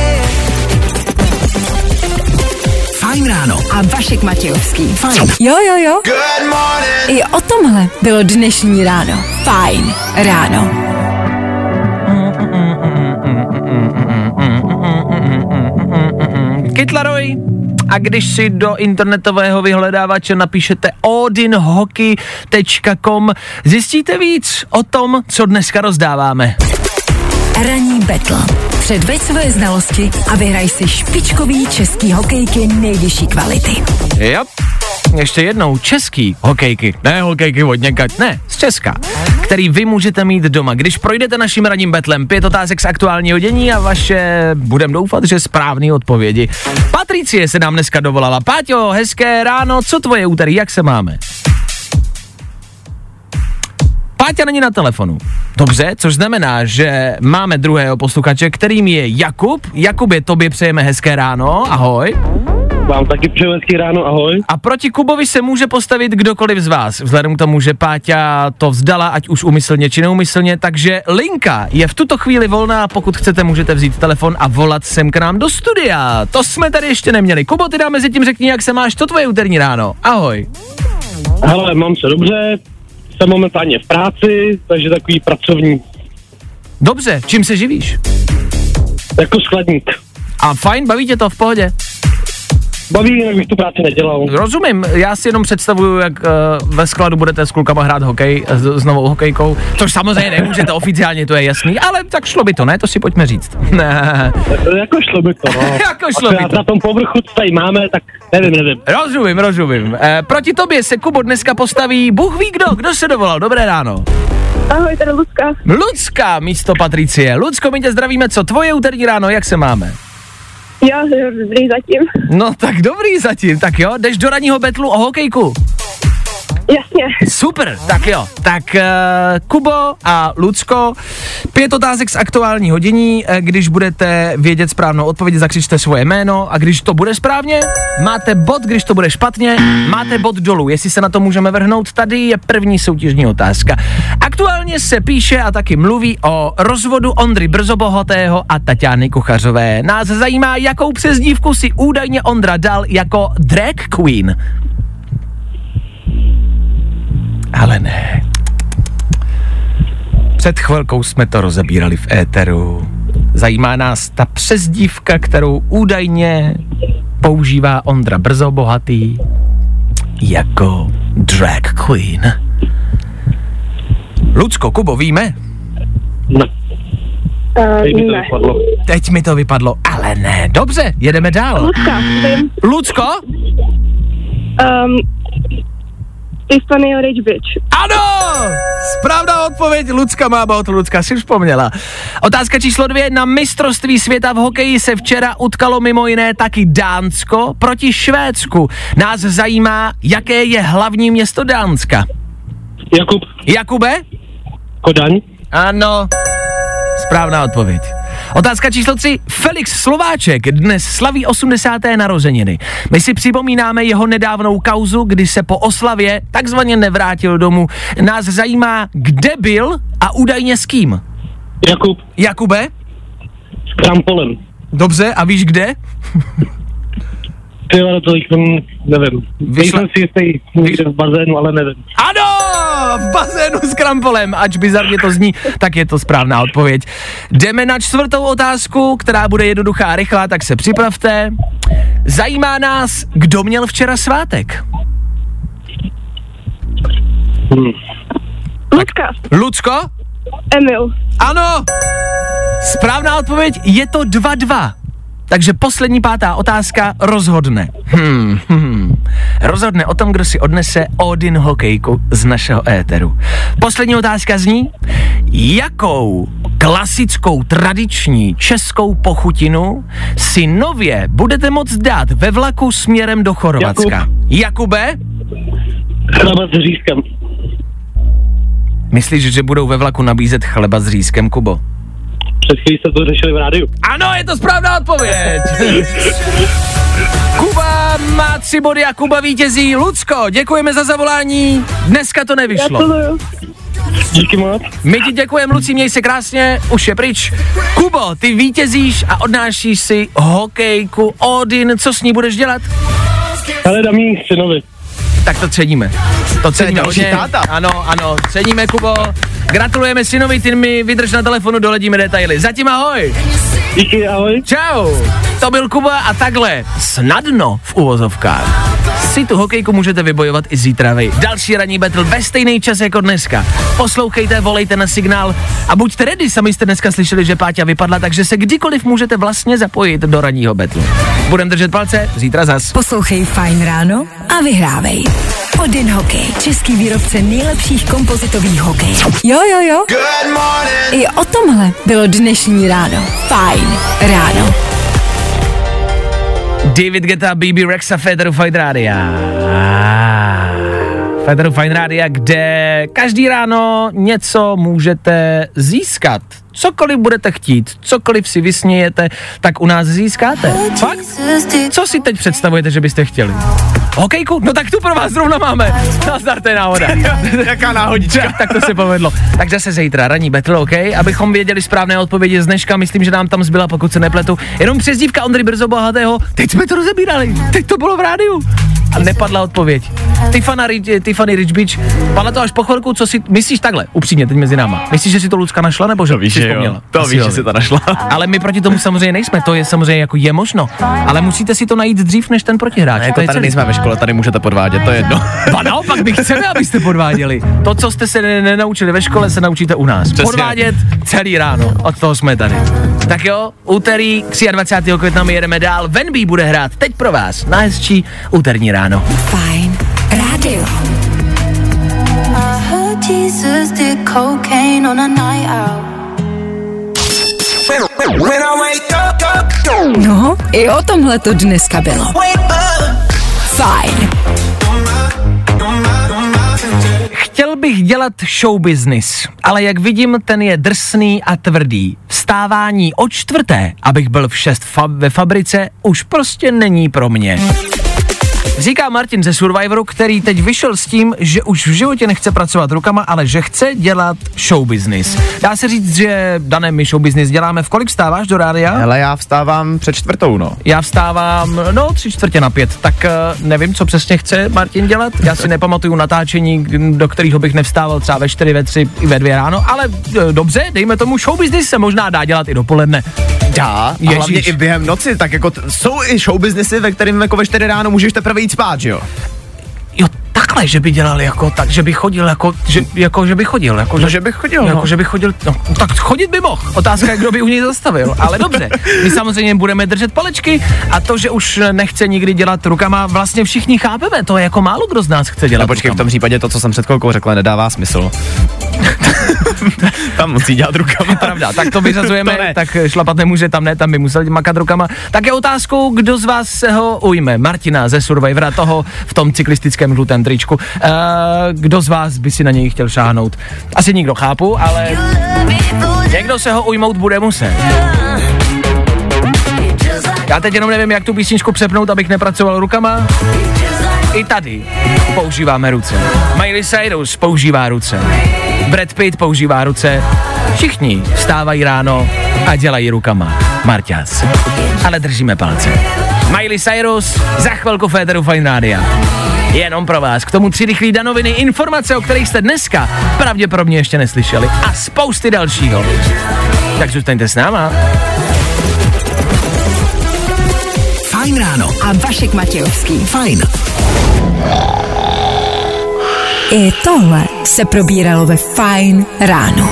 Fajn ráno. A Vašek Matějovský. Fajn. Jo, jo, jo. Good morning. I o tomhle bylo dnešní ráno. Fajn ráno. Kid Laroi. A když si do internetového vyhledávače napíšete odin hockey tečka com, zjistíte víc o tom, co dneska rozdáváme. Ranní battle. Předveď svoje znalosti a vyhraj si špičkový český hokejky nejvyšší kvality. Jo, ještě jednou, český hokejky, ne hokejky od někať, ne, z Česka, který vy můžete mít doma. Když projdete naším ranním betlem, pět otázek z aktuálního dění a vaše, budem doufat, že správný odpovědi. Patricie se nám dneska dovolala. Páťo, hezké ráno, co tvoje úterý, jak se máme? Páťa není na telefonu. Dobře, což znamená, že máme druhého posluchače, kterým je Jakub. Jakubě, tobě přejeme hezké ráno, ahoj. Vám taky přeju hezký ráno, ahoj. A proti Kubovi se může postavit kdokoliv z vás, vzhledem k tomu, že Páťa to vzdala, ať už umyslně či neumyslně, takže linka je v tuto chvíli volná, pokud chcete, můžete vzít telefon a volat sem k nám do studia. To jsme tady ještě neměli. Kubo, ty dám mezi tím řekni, jak se máš, to tvoje úterní ráno. Ahoj. Hele, mám se dobře, jsem momentálně v práci, takže takový pracovní. Dobře, čím se živíš? Jako skladník. A fajn, baví tě to v pohodě? Baví, jak bych tu práci nedělal. Rozumím, já si jenom představuju, jak uh, ve skladu budete s klukama hrát hokej s, s novou hokejkou, což samozřejmě nemůžete oficiálně, to je jasný, ale tak šlo by to, ne? To si pojďme říct. Ne. Jako šlo by to, no. Jako šlo by to. Na tom povrchu, co tady máme, tak nevím, nevím. Rozumím, rozumím. E, proti tobě se, Kubo, dneska postaví Bůh ví kdo, kdo se dovolal, dobré ráno. Ahoj, tady Lucka. Lucka, místo Patricie. Lucko, my tě zdravíme, co tvoje úterní ráno, jak se máme? Jo, jo, dobrý zatím. No tak dobrý zatím, tak jo, jdeš do ranního betlu o hokejku? Jasně. Super, tak jo, tak uh, Kubo a Lucko, pět otázek z aktuálního dění, když budete vědět správnou odpověď, zakřičte svoje jméno a když to bude správně, máte bod, když to bude špatně, máte bod dolů, jestli se na to můžeme vrhnout, tady je první soutěžní otázka. Aktuálně se píše a taky mluví o rozvodu Ondry Brzobohatého a Taťány Kuchařové. Nás zajímá, jakou přezdívku si údajně Ondra dal jako drag queen. Ale ne. Před chvilkou jsme to rozebírali v éteru. Zajímá nás ta přezdívka, kterou údajně používá Ondra Brzobohatý jako drag queen. Lucko, Kubo, víme? Ne. Uh, Teď mi to ne. vypadlo. Teď mi to vypadlo, ale ne. Dobře, jedeme dál. Lucka, vím. Lucko? Um, Tiffany Rich Bitch. Ano! Správná odpověď, Lucka má bod, Lucka si vzpomněla. Otázka číslo dvě, na mistrovství světa v hokeji se včera utkalo mimo jiné taky Dánsko proti Švédsku. Nás zajímá, jaké je hlavní město Dánska. Jakub. Jakube? Kodaň. Ano, správná odpověď. Otázka číslo tři. Felix Slováček dnes slaví osmdesáté narozeniny. My si připomínáme jeho nedávnou kauzu, kdy se po oslavě takzvaně nevrátil domů. Nás zajímá, kde byl a údajně s kým. Jakub. Jakube? S krampolem. Dobře, a víš kde? Ty ale to jsem, nevím. Vyšla... Nejsem si jistý někde v bazénu, ale nevím. Ano, v bazénu s krampolem, ač bizarně to zní, tak je to správná odpověď. Jdeme na čtvrtou otázku, která bude jednoduchá a rychlá, tak se připravte. Zajímá nás, kdo měl včera svátek? Hmm. Lucka. Lucko? Emil. Ano, správná odpověď, je to dva dva. Takže poslední pátá otázka rozhodne. Hmm, hmm. Rozhodne o tom, kdo si odnese Odin hokejku z našeho éteru. Poslední otázka zní, jakou klasickou tradiční českou pochutinu si nově budete moct dát ve vlaku směrem do Chorvatska? Jakub. Jakube? Chleba s řízkem. Myslíš, že budou ve vlaku nabízet chleba s řízkem, Kubo? Před chvílí se to řešili v rádiu. Ano, je to správná odpověď. Kuba má tři body a Kuba vítězí. Lucko, děkujeme za zavolání. Dneska to nevyšlo. Gratuluju. Díky moc. My ti děkujeme, Luci, měj se krásně, už je pryč. Kubo, ty vítězíš a odnášíš si hokejku Odin. Co s ní budeš dělat? Ale dám jí synovi. Tak to ceníme. To ceníme další táta. Ano, ano, ceníme, Kubo. Gratulujeme synovi, ty mi vydrž na telefonu, doledíme detaily. Zatím ahoj. Díky, ahoj. Čau. To byl Kuba a takhle snadno v uvozovkách si tu hokejku můžete vybojovat i zítra vy. Další ranní battle ve stejný čas jako dneska. Poslouchejte, volejte na signál a buďte ready, sami jste dneska slyšeli, že Páťa vypadla, takže se kdykoliv můžete vlastně zapojit do ranního battle. Budem držet palce, zítra zas. Poslouchej Fajn ráno a vyhrávej. Odin Hokej, český výrobce nejlepších kompozitových hokejů. Jo, jo, jo. I o tomhle bylo dnešní ráno. Fajn ráno. David Guetta, B B Rexa, Féteru Fajn Rádia. Féteru Fajn Rádia, kde každý ráno něco můžete získat. Cokoliv budete chtít, cokoliv si vysnějete, tak u nás získáte. Fakt? Co si teď představujete, že byste chtěli? Hokejku? No tak tu pro vás zrovna máme. Nazdar, to je náhoda. Jaká náhodička. Tak to se povedlo. Tak zase zítra ranní battle, OK? Abychom věděli správné odpovědi z dneška, myslím, že nám tam zbyla, pokud se nepletu. Jenom přezdívka Ondry Brzo Bohatého. Teď jsme to rozebírali. Teď to bylo v rádiu. A nepadla odpověď. Tiffany, Tiffany Rich Beach. Padla to až po chvilku, co si myslíš takhle? Upřímně, teď mezi náma. Myslíš, že si to Lucka našla, nebo že si vzpomněla? To víš, že si to našla. Ale my proti tomu samozřejmě nejsme, to je samozřejmě jako je možno. Ale musíte si to najít dřív než ten protihráč. Ne, to, to tady nejsme ve škole, tady můžete podvádět, to je jedno. A naopak my chceme, abyste podváděli. To, co jste se nenaučili ve škole, se naučíte u nás. Přesně. Podvádět celý ráno, od toho jsme tady. Tak jo, úterý dvacátého třetího května my jedeme dál. Venby bude hrát teď pro vás na hezčí úterní ráno. Fajn rádio. No, i o tomhle to dneska bylo. Fajn. Chtěl bych dělat show business, ale jak vidím, ten je drsný a tvrdý. Vstávání o čtvrté, abych byl v šest fa- ve fabrice, už prostě není pro mě. Říká Martin ze Survivoru, který teď vyšel s tím, že už v životě nechce pracovat rukama, ale že chce dělat show business. Dá se říct, že dané my show business děláme. V kolik vstáváš do rádia? Hele, já vstávám před čtvrtou, no. Já vstávám, no, tři čtvrtě na pět, tak uh, nevím, co přesně chce Martin dělat. Já si nepamatuju natáčení, do kterého bych nevstával třeba ve čtyři, ve tři, i ve dvě ráno, ale uh, dobře, dejme tomu, show business se možná dá dělat i dopoledne. Dá, a hlavně i během noci, tak jako t- jsou i show businessy, ve kterým jako ve čtyři ráno můžeš teprve jít spát, že jo? Jo, takhle, že by dělal jako tak, že by chodil jako, že, jako, že by chodil, jako, no, že by chodil, jako, no. že by chodil, no, tak chodit by mohl. Otázka je, kdo by u něj zastavil, ale dobře. My samozřejmě budeme držet palečky a to, že už nechce nikdy dělat rukama, vlastně všichni chápeme, to je jako málo kdo z nás chce dělat. No počkej, rukama. v tom případě to, co jsem před chvilkou řekla, nedává smysl. Tam musí dělat rukama. Pravda, tak to vyřazujeme, to ne. Tak šlapat nemůže, tam ne, tam by musel makat rukama. Tak je otázkou, kdo z vás se ho ujme. Martina ze Survivora, toho v tom cyklistickém žlutém tričku. Uh, kdo z vás by si na něj chtěl šáhnout? Asi nikdo, chápu, ale někdo se ho ujmout bude muset. Já teď jenom nevím, jak tu písničku přepnout, abych nepracoval rukama. I tady používáme ruce. Miley Cyrus používá ruce. Brad Pitt používá ruce. Všichni vstávají ráno a dělají rukama. Marťas. Ale držíme palce. Miley Cyrus, za chvilku Féteru Fajn Rádia. Jenom pro vás. K tomu tři rychlý danoviny, informace, o kterých jste dneska pravděpodobně ještě neslyšeli. A spousty dalšího. Tak zůstaňte s náma. Fajn ráno. A Vašek Matějovský. Fajn. I tohle se probíralo ve Fajn ráno.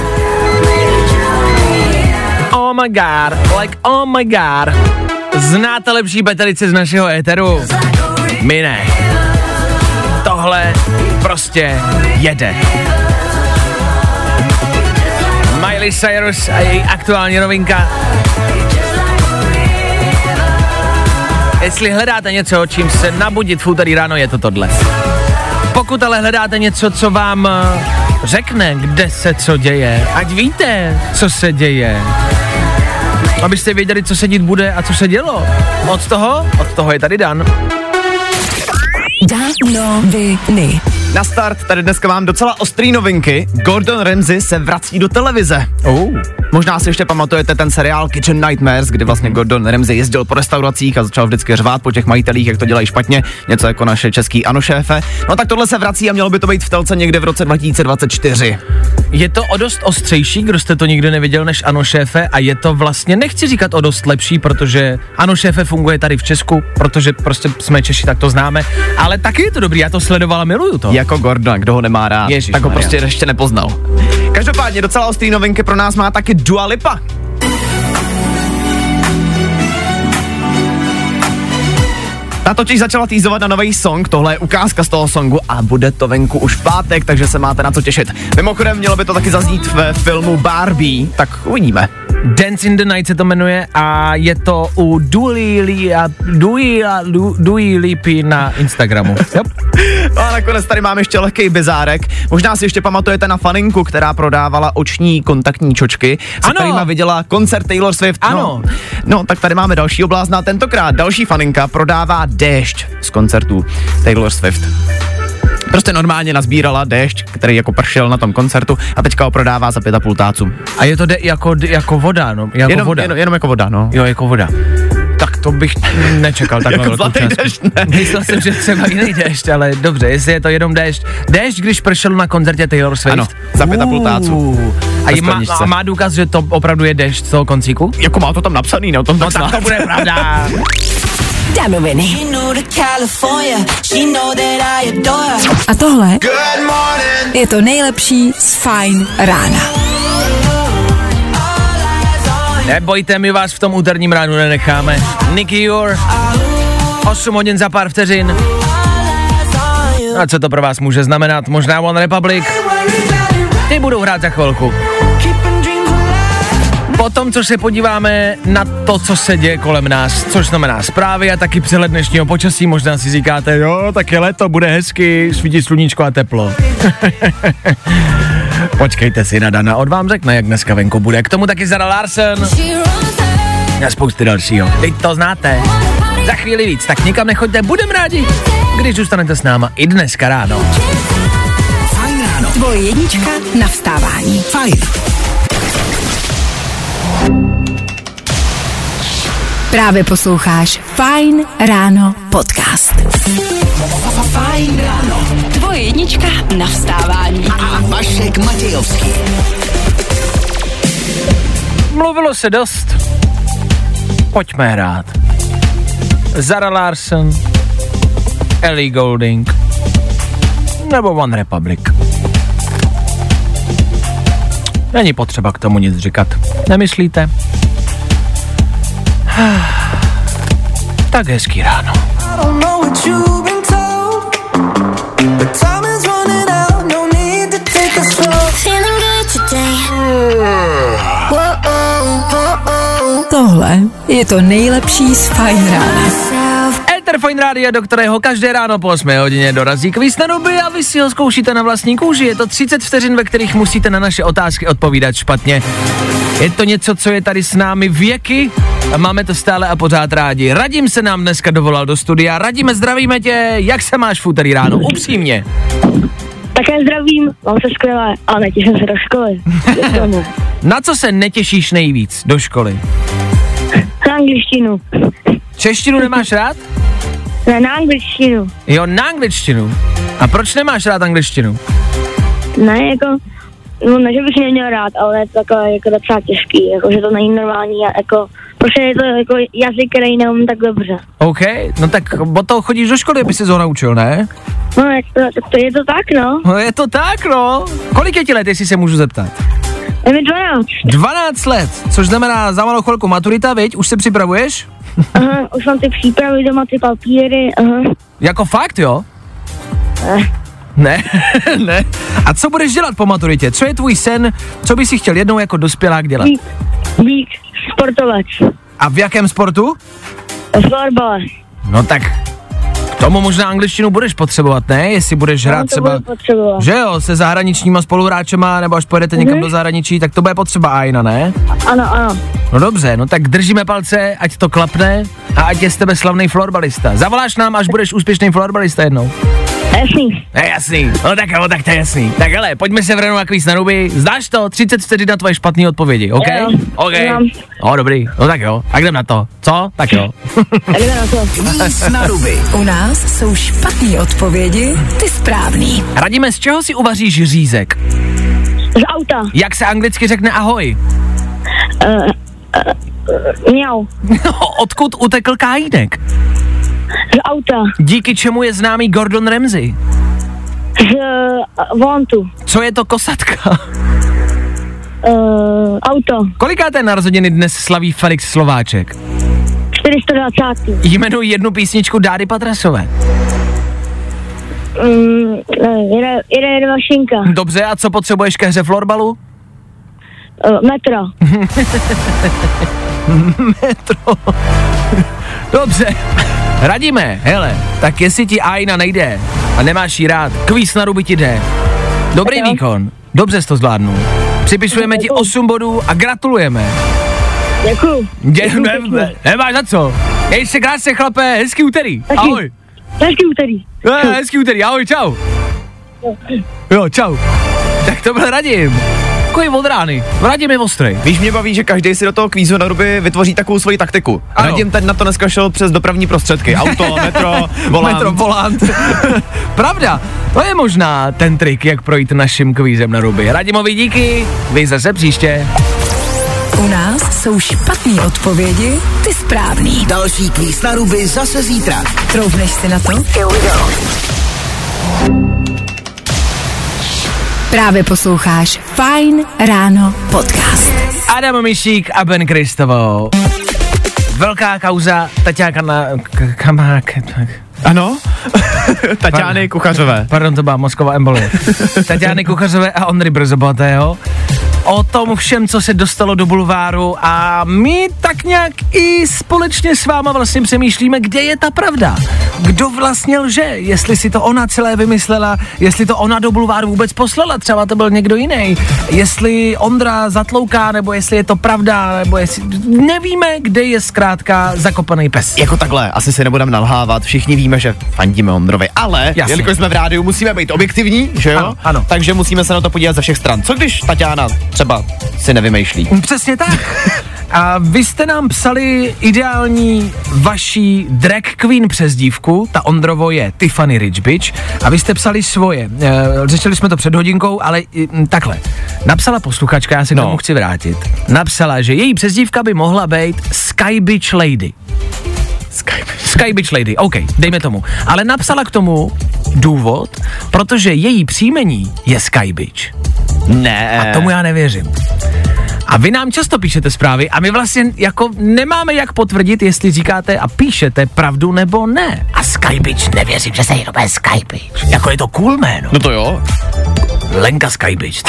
Oh my god, like oh my god. Znáte lepší betelice z našeho éteru? My ne. Tohle prostě jede. Miley Cyrus a její aktuální novinka. Jestli hledáte něco, čím se nabudit v úterý ráno, je to tohle. Pokud ale hledáte něco, co vám řekne, kde se co děje, ať víte, co se děje, abyste věděli, co se dít bude a co se dělo. Od toho, od toho je tady Dan. Danoviny. Na start tady dneska mám docela ostrý novinky. Gordon Ramsay se vrací do televize. Oh. Možná si ještě pamatujete ten seriál Kitchen Nightmares, kdy vlastně Gordon Ramsay jezdil po restauracích a začal vždycky řvát po těch majitelích, jak to dělají špatně, něco jako naše český Ano šéfe. No tak tohle se vrací a mělo by to být v telce někde v roce dva tisíce dvacet čtyři. Je to o dost ostřejší, kdo jste to nikdy neviděl, než Ano šéfe, a je to vlastně, nechci říkat o dost lepší, protože Ano šéfe funguje tady v Česku, protože prostě jsme Češi, tak to známe, ale taky je to dobrý, já to sledoval a miluju to. Jako Gordon, kdo ho nemá rád, Ježiš tak ho Maria. prostě ještě nepoznal. Každopádně docela ostrý novinky pro nás má taky Dua Lipa. Ta totiž začala týzovat na nový song, tohle je ukázka z toho songu a bude to venku už v pátek, takže se máte na co těšit. Mimochodem mělo by to taky zaznít ve filmu Barbie, tak uvidíme. Dance in the Night se to jmenuje a je to u Dua Lipy na Instagramu. Yep. No a nakonec tady máme ještě lehkej bizárek. Možná si ještě pamatujete na faninku, která prodávala oční kontaktní čočky, se Ano. kterýma viděla koncert Taylor Swift. Ano. No, no, tak tady máme další oblázna. Tentokrát další faninka prodává déšť z koncertu Taylor Swift. Prostě normálně nazbírala déšť, který jako pršel na tom koncertu a teďka ho prodává za pět a půl tácu. A je to de- jako, jako voda, no? Jako Jenom, voda. jenom, jenom jako voda, no. Jo, jako voda. Tak to bych nečekal takhle Jako velkou zlatý částku. déšť, ne. Myslel jsem, že třeba jiný déšť, ale dobře, jestli je to jenom déšť. Déšť, když pršel na koncertě Taylor Swift. Ano, za pět a půl tácu. Uh, A, Ve je má, skleničce. a má důkaz, že to opravdu je déšť z toho koncíku? Jako má to tam napsaný, no, tom No tak to bude pravda. Danoviny. A tohle je to nejlepší z Fajn rána. Nebojte, my vás v tom úterním ránu nenecháme. Nicky Ure, osm hodin za pár vteřin. A co to pro vás může znamenat? Možná One Republic. Ty budou hrát za chvilku. Potom, co se podíváme na to, co se děje kolem nás, což znamená zprávy a taky přehled dnešního počasí, možná si říkáte, jo, tak je léto, bude hezky, svítí sluníčko a teplo. Počkejte si na Dana, on vám řekne, jak dneska venku bude. K tomu taky Zara Larsson a spousty dalšího. Teď to znáte. Za chvíli víc, tak nikam nechoďte, budem rádi, když zůstanete s náma i dneska ráno. Fajn ráno. Tvoje jednička na vstávání. Fajn. Právě posloucháš Fajn ráno podcast. Fajn ráno. Tvoje jednička na vstávání. A Vašek Matějovský. Mluvilo se dost. Pojďme hrát. Zara Larsson, Ellie Goulding nebo One Republic. Není potřeba k tomu nic říkat. Nemyslíte? Tak hezký ráno. Tohle je to nejlepší z Fajn rána. Éter Fajn Rádia, do kterého každé ráno po osmé hodině dorazí kvíz na doby a vy si ho zkoušíte na vlastní kůži. Je to třicet vteřin, ve kterých musíte na naše otázky odpovídat špatně. Je to něco, co je tady s námi věky a máme to stále a pořád rádi. Radim se nám dneska dovolal do studia. Radíme, zdravíme tě, jak se máš v úterý ráno? Upřímně. Také zdravím, mám se skvěle, ale netěším se do školy. Na co se netěšíš nejvíc do školy? Na angličtinu. Češtinu nemáš rád? Ne, na angličtinu. Jo, na angličtinu. A proč nemáš rád angličtinu? Ne, jako, no ne, že bych neměl rád, ale je to takové jako docela těžký, jako, že to není normální, jako, protože je to jako jazyk, který neumím tak dobře. OK, no tak od toho chodíš do školy, aby se ho naučil, ne? No, jak to, tak to je to tak, no. No je to tak, no. Kolik je ti let, jestli se můžu zeptat? Je mi dvanáct. dvanáct let, což znamená za malou chvilku maturita, viď? Už se připravuješ? Aha, už mám ty přípravy doma, ty papíry, aha. Jako fakt, jo? Ne. Ne, ne. A co budeš dělat po maturitě? Co je tvůj sen? Co bys si chtěl jednou jako dospělák dělat? Být, být sportovec. A v jakém sportu? Florbale. No tak k tomu možná angličtinu budeš potřebovat, ne? Jestli budeš hrát to třeba, budu potřebovat. že jo, se zahraničníma spoluhráčema, nebo až pojedete někam Mhm. do zahraničí, tak to bude potřeba Aina, ne? Ano, ano. No dobře, no tak držíme palce, ať to klapne a ať je z tebe slavný florbalista. Zavoláš nám, až budeš úspěšný florbalista jednou. Jasný. Je jasný, no tak jo, tak to je jasný. Tak hele, pojďme se vrhnout na kvíz na ruby. Zdáš to? třicet vteřin na tvoje špatné odpovědi, OK? Jo, OK. znám. No dobrý, no tak jo, tak jdem na to. Co? Tak jo. Tak jdeme na to. Kvíz na ruby. U nás jsou špatné odpovědi, ty správný. Radíme, z čeho si uvaříš řízek? Z auta. Jak se anglicky řekne ahoj? Uh, uh, mňau. Odkud utekl Kajínek? Z auta. Díky čemu je známý Gordon Ramsay? Z uh, vontu. Co je to kosatka? Uh, auto. Kolikáté narozeniny dnes slaví Felix Slováček? čtyři sta dvacet. Jmenuji jednu písničku Dády Patrasové. Um, jede, jede, jede mašinka. Dobře, a co potřebuješ ke hře florbalu? Uh, metro. Metro. Dobře. Radíme, hele, tak jestli ti Aina nejde a nemáš jí rád, kvíz na ruby ti jde. Dobrý Tak jo. výkon, dobře jsi to zvládnul. Připisujeme ti osm bodů a gratulujeme. Děkuju. Dě, Děkuju ne, pěkně. ne, nemáš za co. Jej se krásně, chlape, hezký úterý. Taky. Ahoj. Hezký úterý. Ne, hezký úterý, ahoj, čau. Jo, čau. Tak to byl Radim. Takový od rány. Radim je ostrej. Víš, mě baví, že každý si do toho kvízu na ruby vytvoří takovou svoji taktiku. Ano. Radim teď na to dneska šel přes dopravní prostředky. Auto, metro, volant. Metro, volant. Pravda, to je možná ten trik, jak projít naším kvízem na ruby. Radimovi díky, vy zase příště. U nás jsou špatné odpovědi, ty správný. Další kvíz na ruby zase zítra. Troufneš si na to? Here we go. Právě posloucháš Fajn ráno podcast. Adam Mišík a Ben Kristovo. Velká kauza Taťáka na... K- kamák... Ano? Taťány Kuchařové. Pardon, to byla mozková embolie. Taťány Kuchařové a Ondry Brzobohatého. O tom všem, co se dostalo do bulváru a my tak nějak i společně s váma vlastně přemýšlíme, kde je ta pravda. Kdo vlastně lže, jestli si to ona celé vymyslela, jestli to ona do bulváru vůbec poslala, třeba to byl někdo jiný, jestli Ondra zatlouká, nebo jestli je to pravda, nebo jestli... Nevíme, kde je zkrátka zakopaný pes. Jako takhle, asi si nebudeme nalhávat, všichni víme, že fandíme Ondrovi, ale Jasně. jelikož jsme v rádiu, musíme být objektivní, že jo? Ano, ano. Takže musíme se na to podívat ze všech stran. Co když Taťána třeba si nevymýšlí? Přesně tak. A vy jste nám psali ideální vaší drag queen přezdívku, ta Ondrovo je Tiffany Rich Bitch, a vy jste psali svoje. E, řešili jsme to před hodinkou, ale e, takhle. Napsala posluchačka, já si No. k tomu chci vrátit. Napsala, že její přezdívka by mohla být Sky Bitch Lady. Skype. Sky Bitch Lady, OK, dejme tomu. Ale napsala k tomu důvod, protože její příjmení je Sky Bitch. Ne. A tomu já nevěřím. A vy nám často píšete zprávy a my vlastně jako nemáme jak potvrdit, jestli říkáte a píšete pravdu nebo ne. A Sky Bitch, nevěřím, že se jí jmenuje Sky Bitch. Jako je to cool jméno. No to jo. Lenka Sky Bitch.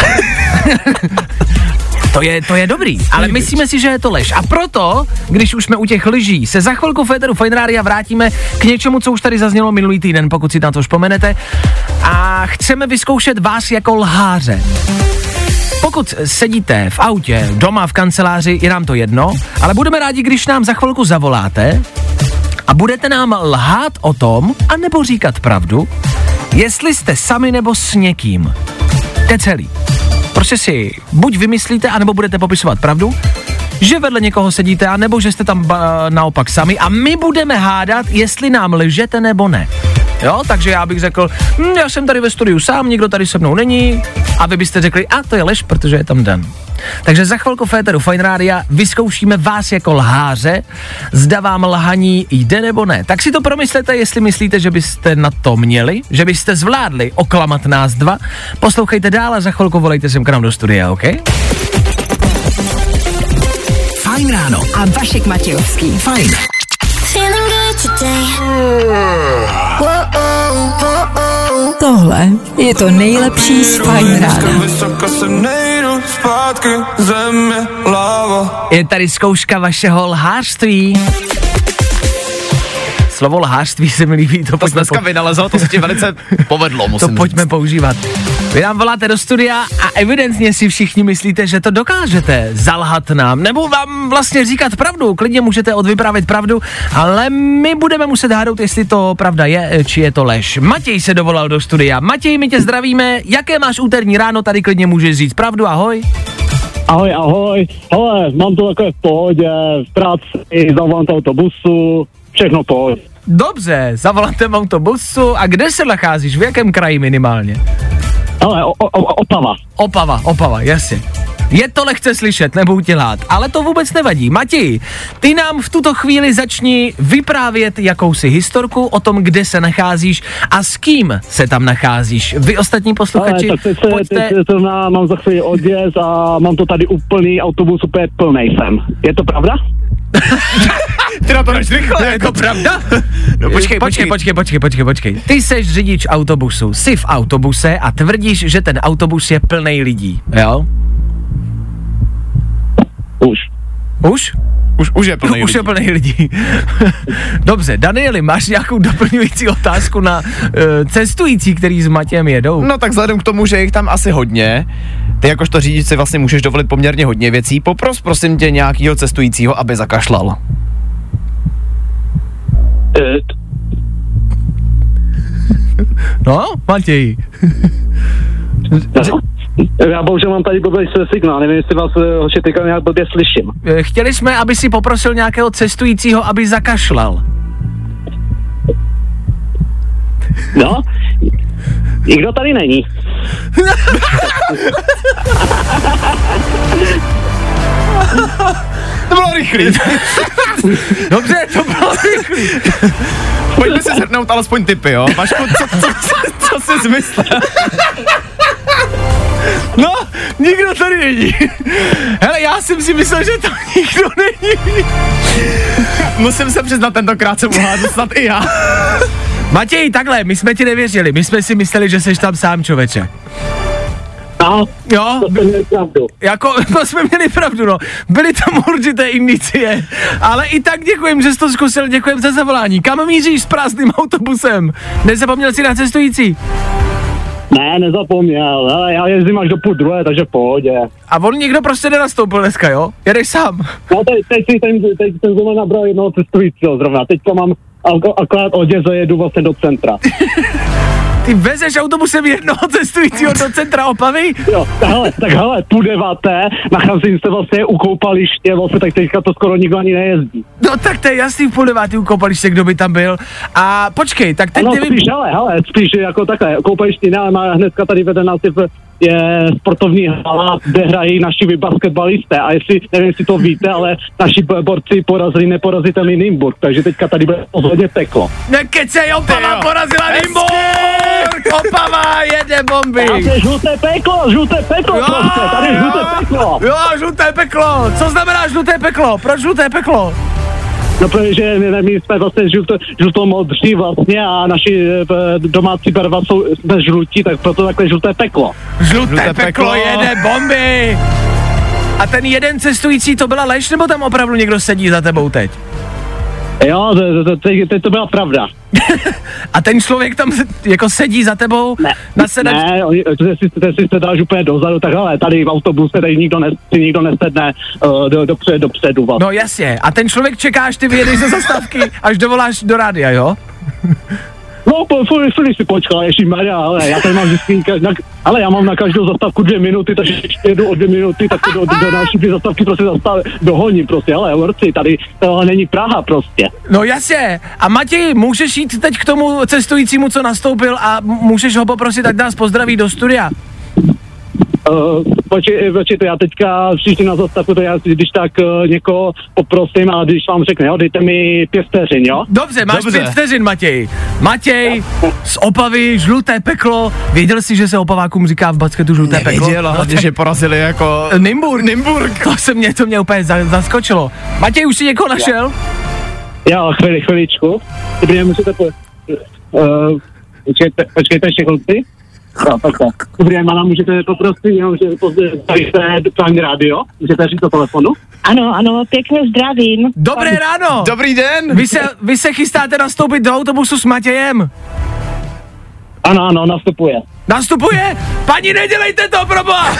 To je, to je dobrý, ale myslíme si, že je to lež. A proto, když už jsme u těch lží, se za chvilku v éteru Fajn Rádia vrátíme k něčemu, co už tady zaznělo minulý týden, pokud si na to vzpomenete. A chceme vyzkoušet vás jako lháře. Pokud sedíte v autě, doma, v kanceláři, je nám to jedno, ale budeme rádi, když nám za chvilku zavoláte a budete nám lhát o tom, anebo říkat pravdu, jestli jste sami nebo s někým. To je celý. Prostě si buď vymyslíte, anebo budete popisovat pravdu, že vedle někoho sedíte, anebo že jste tam ba- naopak sami a my budeme hádat, jestli nám lžete nebo ne. Jo, takže já bych řekl, hm, já jsem tady ve studiu sám, nikdo tady se mnou není a vy byste řekli, a to je lež, protože je tam Dan. Takže za chvilku v éteru Fajn Rádia vyzkoušíme vás jako lháře, zda vám lhaní jde nebo ne. Tak si to promyslete, jestli myslíte, že byste na to měli, že byste zvládli oklamat nás dva. Poslouchejte dál a za chvilku volejte sem k nám do studia, OK? Fajn ráno. A Vašek Matějovský. Fajn. Tohle je to nejlepší z Fajn rána. Je tady zkouška vašeho lhářství. Slovo lhářství se mi líbí. To, to jsi dneska po... vynalezl, to se ti velice povedlo, musím To pojďme říct. používat. Vy nám voláte do studia a evidentně si všichni myslíte, že to dokážete zalhat nám, nebo vám vlastně říkat pravdu. Klidně můžete odvyprávět pravdu, ale my budeme muset hádat, jestli to pravda je, či je to lež. Matěj se dovolal do studia. Matěj, my tě zdravíme. Jaké máš úterní ráno, tady klidně můžeš říct pravdu, ahoj. Ahoj, ahoj. Hele, mám to takové v pohodě, v práci, za volant autobusu, všechno pojď. Dobře, za volantem autobusu. A kde se nacházíš? V jakém kraji minimálně? Ale o, o, Opava. Opava, Opava, jasně. Je to lehce slyšet, nebudu ti lhát, ale to vůbec nevadí. Matěj, ty nám v tuto chvíli začni vyprávět jakousi historku o tom, kde se nacházíš a s kým se tam nacházíš. Vy ostatní posluchači, ale, tak teď se, pojďte... teď se na, mám za chvíli odjezd a mám to tady úplný autobus, úplně plnej jsem. Je to pravda? Ty na to než rychle, je to pravda? No počkej, počkej, počkej, počkej, počkej, počkej. Ty seš řidič autobusu, jsi v autobuse a tvrdíš, že ten autobus je plnej lidí, jo? Už. Už? Už, už je plnej Už lidí. je plnej lidí. Dobře, Danieli, máš nějakou doplňující otázku na uh, cestující, který s Matějem jedou? No tak vzhledem k tomu, že jich tam asi hodně, ty jakožto řidič si vlastně můžeš dovolit poměrně hodně věcí, popros prosím tě nějakýho cestujícího, aby zakašlal. No, Matěj. Já bohužel mám tady blbý signál, nevím, jestli vás hoši teďka nějak blbě slyším. Chtěli jsme, aby si poprosil nějakého cestujícího, aby zakašlal. No, nikdo tady není. To bylo rychlý. Dobře, to bylo rychlý. Pojďme si zhrnout alespoň tipy, jo? Vašku, co, co, co, co jsi zmyslel? No, nikdo tady není. Hele, já jsem si myslel, že tam nikdo není. Musím se přiznat, tentokrát jsem uhádl snad i já. Matěj, takhle, my jsme ti nevěřili, my jsme si mysleli, že seš tam sám, člověče. No, Jo, to jste měli pravdu. jako, to jsme měli pravdu, no. Byly tam určité indicie, ale i tak děkujem, že jsi to zkusil, děkujem za zavolání. Kam míříš s prázdným autobusem? Nezapomněl si na cestující? Ne, nezapomněl, ale já jezdím až do půl druhé, takže v pohodě. A on nikdo prostě nenastoupil dneska, jo? Jedeš sám. No teď, teď, teď, teď, teď jsem zrovna nabral jednoho cestujícího zrovna, teďka mám akorát odjezd a jedu vlastně do centra. Ty vezeš autobusem jednoho cestujícího do centra Opavy? Jo, tak hele, tak hele, půl deváté, nacházím se vlastně u koupaliště, vlastně tak teďka to skoro nikdo ani nejezdí. No tak to je jasný, v půl devátý u koupaliště, kdo by tam byl. A počkej, tak teď ano, nevím... spíš, hele, hele, spíš jako takhle, koupaliště ne, ale má hnedka tady vede nás je, je sportovní hala, kde hrají naši basketbalisté a jestli, nevím, jestli to víte, ale naši borci porazili neporazitelný Nymburk, takže teďka tady bude hodně peklo. Nekecej, Opava porazila Nymburk! Opava jede bomby! A to je žluté peklo, žluté peklo Jo, prostě, tady je žluté peklo. Jo, žluté peklo! Co znamená žluté peklo? Proč žluté peklo? No protože my, my jsme vlastně žluto, žlutomodří vlastně a naši e, domácí barva jsou jsme žlutí, tak proto takhle žluté peklo. Žluté, Žluté peklo, peklo jede bomby! A ten jeden cestující, to byla lež, nebo tam opravdu někdo sedí za tebou teď? Jo, teď, teď to byla pravda. A ten člověk tam jako sedí za tebou? Ne, na sedač... ne, ty si, ty si sedáš úplně dozadu, tak hele, tady v autobuse, tady nikdo, nes, nikdo nesedne uh, do, dopřed, dopředu vás. No jasně, a ten člověk čeká, až ty vyjedeš ze zastávky, až dovoláš do rádia, jo? No, po, po, chvíli si počkal, ježišmarja, ale já tady mám vždycky, na, ale já mám na každou zastávku dvě minuty, takže když jedu o dvě minuty, tak do, do, do další zastávky prostě zastav, dohoním prostě, ale horci, tady tohle není Praha prostě. No jasně, a Matěj, můžeš jít teď k tomu cestujícímu, co nastoupil a můžeš ho poprosit, ať nás pozdraví do studia? Uh, počkej, počkejte, já teďka příště na zastávku, to já když tak uh, někoho poprosím a když vám řekne, jo, dejte mi pět vteřin, jo? Dobře, máš Dobře. pět vteřin, Matěj. Matěj z Opavy, žluté peklo. Věděl jsi, že se Opavákům říká v basketu žluté peklo? Nevěděl, No, hlavně, tak- že porazili jako... Nymburk. Nymburk. To se mě, to mě úplně za, zaskočilo. Matěj, už si někoho našel? Já, chvíli, chviličku. Dobrý den, můžete po... Uh, počkejte, počkejte ještě chvilci. No, takhle. Dobrý den, mana, můžete poprosit, jenom, že pozdravit Fajn Radio, můžete říct do telefonu? Ano, ano, pěkně zdravím. Dobré ráno. Dobrý den! Vy se, vy se chystáte nastoupit do autobusu s Matějem? Ano, ano, nastupuje. Nastupuje? Paní, nedělejte to, proboha!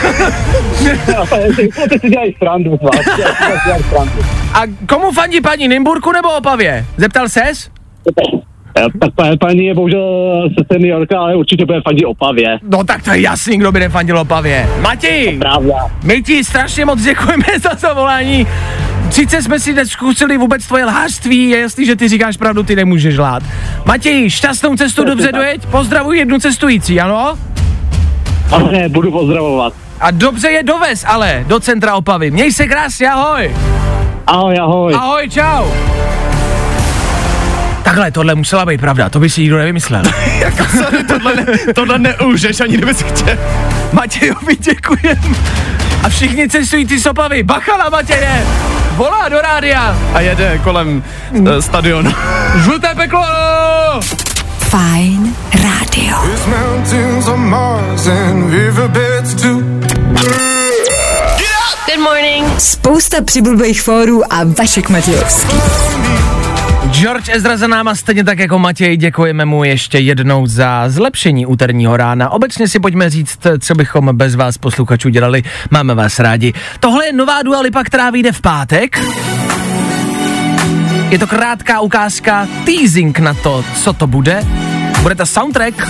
Ty si dělají srandu z vás, dělají srandu. A komu fandí paní, Nymburku nebo Opavě? Zeptal ses? Tak pa- paní je bohužel se seniorka, ale určitě bude fandit Opavě. No tak to je jasný, kdo by nefandil Opavě. Matěj, Pravda. my ti strašně moc děkujeme za zavolání. Sice jsme si neskusili vůbec tvoje lhářství, je jasný, že ty říkáš pravdu, ty nemůžeš lhát. Matěj, šťastnou cestu, dobře dojeď, pozdravuj jednu cestující, ano? Ale ne, budu pozdravovat. A dobře je dovez, ale, do centra Opavy. Měj se krásně, ahoj. Ahoj, ahoj. Ahoj, čau. Takhle, tohle musela být pravda, to by si nikdo nevymyslel. Jako sorry, tohle, ne, tohle neužeš, ani nebys chtěl. Matějovi děkujem. A všichni cestující z Opavy, bacha na Matěje. Volá do rádia. A jede kolem uh, stadionu. Žluté peklo. Fajn rádio. Good morning. Spousta přibulbých fórů a Vašek Matějovský. George Ezra za náma, stejně tak jako Matěj, děkujeme mu ještě jednou za zlepšení úterního rána. Obecně si pojďme říct, co bychom bez vás posluchačů dělali, máme vás rádi. Tohle je nová Dua Lipa, která vyjde v pátek. Je to krátká ukázka, teasing na to, co to bude. Bude to soundtrack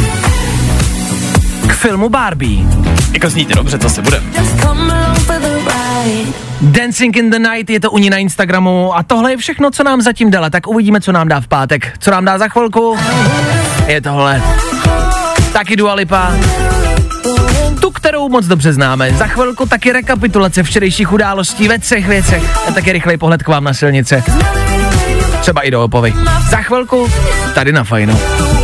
k filmu Barbie. Jako zníte dobře, co se bude. Dancing in the Night, je to u ní na Instagramu a tohle je všechno, co nám zatím dala, tak uvidíme, co nám dá v pátek. Co nám dá za chvilku? Je tohle. Taky Dua Lipa. Tu, kterou moc dobře známe. Za chvilku taky rekapitulace včerejších událostí ve třech věcech. A taky rychlej pohled k vám na silnice. Třeba i do Opavy. Za chvilku tady na Fajnu.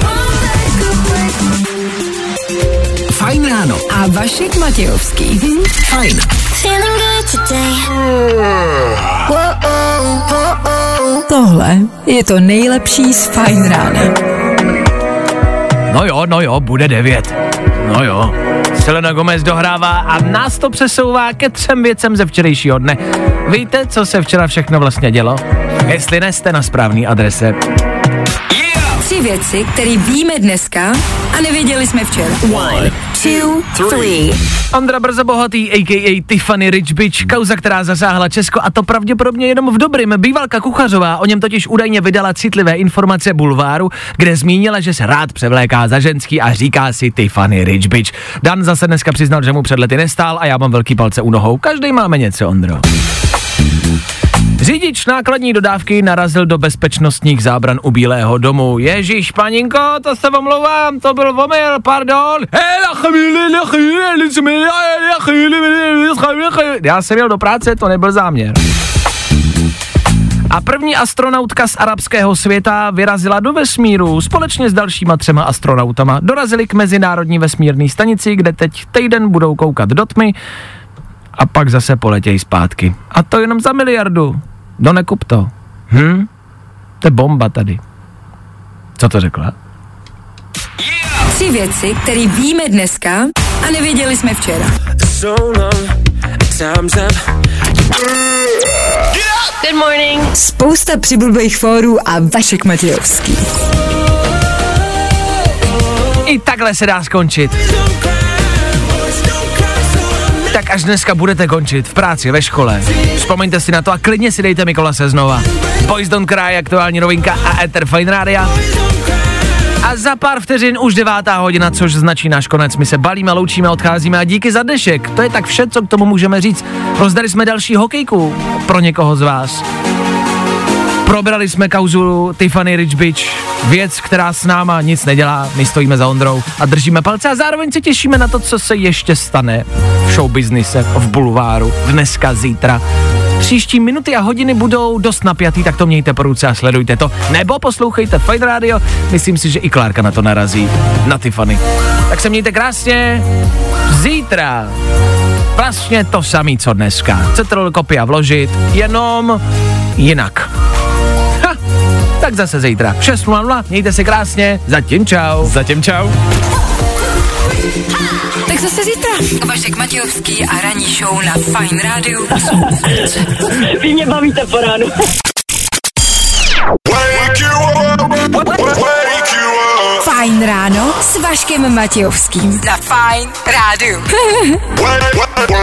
Fajn ráno. A Vašek Matějovský. Fajn. Tohle je to nejlepší z Fajn rána. No jo, no jo, bude devět. No jo. Selena Gomez dohrává a nás to přesouvá ke třem věcem ze včerejšího dne. Víte, co se včera všechno vlastně dělo? Jestli ne, jste na správný adrese. Tři věci, které víme dneska a nevěděli jsme včera. One, two, three. Ondra Brzo Bohatý, a k a. Tiffany Rich Bitch, kauza, která zasáhla Česko a to pravděpodobně jenom v dobrým. Bývalka Kuchařová o něm totiž údajně vydala citlivé informace Bulváru, kde zmínila, že se rád převléká za ženský a říká si Tiffany Rich Bitch. Dan zase dneska přiznal, že mu před lety nestál a já mám velký palce u nohou. Každý máme něco, Ondro. Řidič nákladní dodávky narazil do bezpečnostních zábran u Bílého domu. Ježíš, paninko, to se omlouvám, to byl omyl, pardon. Já jsem jel do práce, to nebyl záměr. A první astronautka z arabského světa vyrazila do vesmíru společně s dalšíma třema astronautama. Dorazili k mezinárodní vesmírné stanici, kde teď týden budou koukat do tmy a pak zase poletějí zpátky. A to jenom za miliardu. No nekup to. Hm? To je bomba tady. Co to řekla? Tři věci, které víme dneska a nevěděli jsme včera. Good morning. Spousta přibulbých fórů a Vašek Matějovský. I takhle se dá skončit. Tak až dneska budete končit v práci, ve škole, vzpomeňte si na to a klidně si dejte Mikolase znova. Boys Don't Cry, aktuální novinka a Ether Fine Rádia. A za pár vteřin už devátá hodina, což značí náš konec. My se balíme, loučíme, odcházíme a díky za dnešek. To je tak vše, co k tomu můžeme říct. Rozdali jsme další hokejku pro někoho z vás. Probrali jsme kauzu Tiffany Rich Bitch, věc, která s náma nic nedělá, my stojíme za Ondrou a držíme palce a zároveň se těšíme na to, co se ještě stane v showbiznise, v bulváru, dneska, zítra. Příští minuty a hodiny budou dost napjatý, tak to mějte po ruce a sledujte to. Nebo poslouchejte Fajn Radio, myslím si, že i Klárka na to narazí, na Tiffany. Tak se mějte krásně, zítra. Vlastně to samý, co dneska. Chcete kopia vložit, jenom jinak. Ha, tak zase zítra. šest nula nula, mějte se krásně, zatím čau. Zatím čau. Tak zase zítra. Vašek Matějovský a ranní show na Fajn rádiu. Vy mě bavíte po ránu. Fajn ráno s Vaškem Matějovským na Fajn rádiu.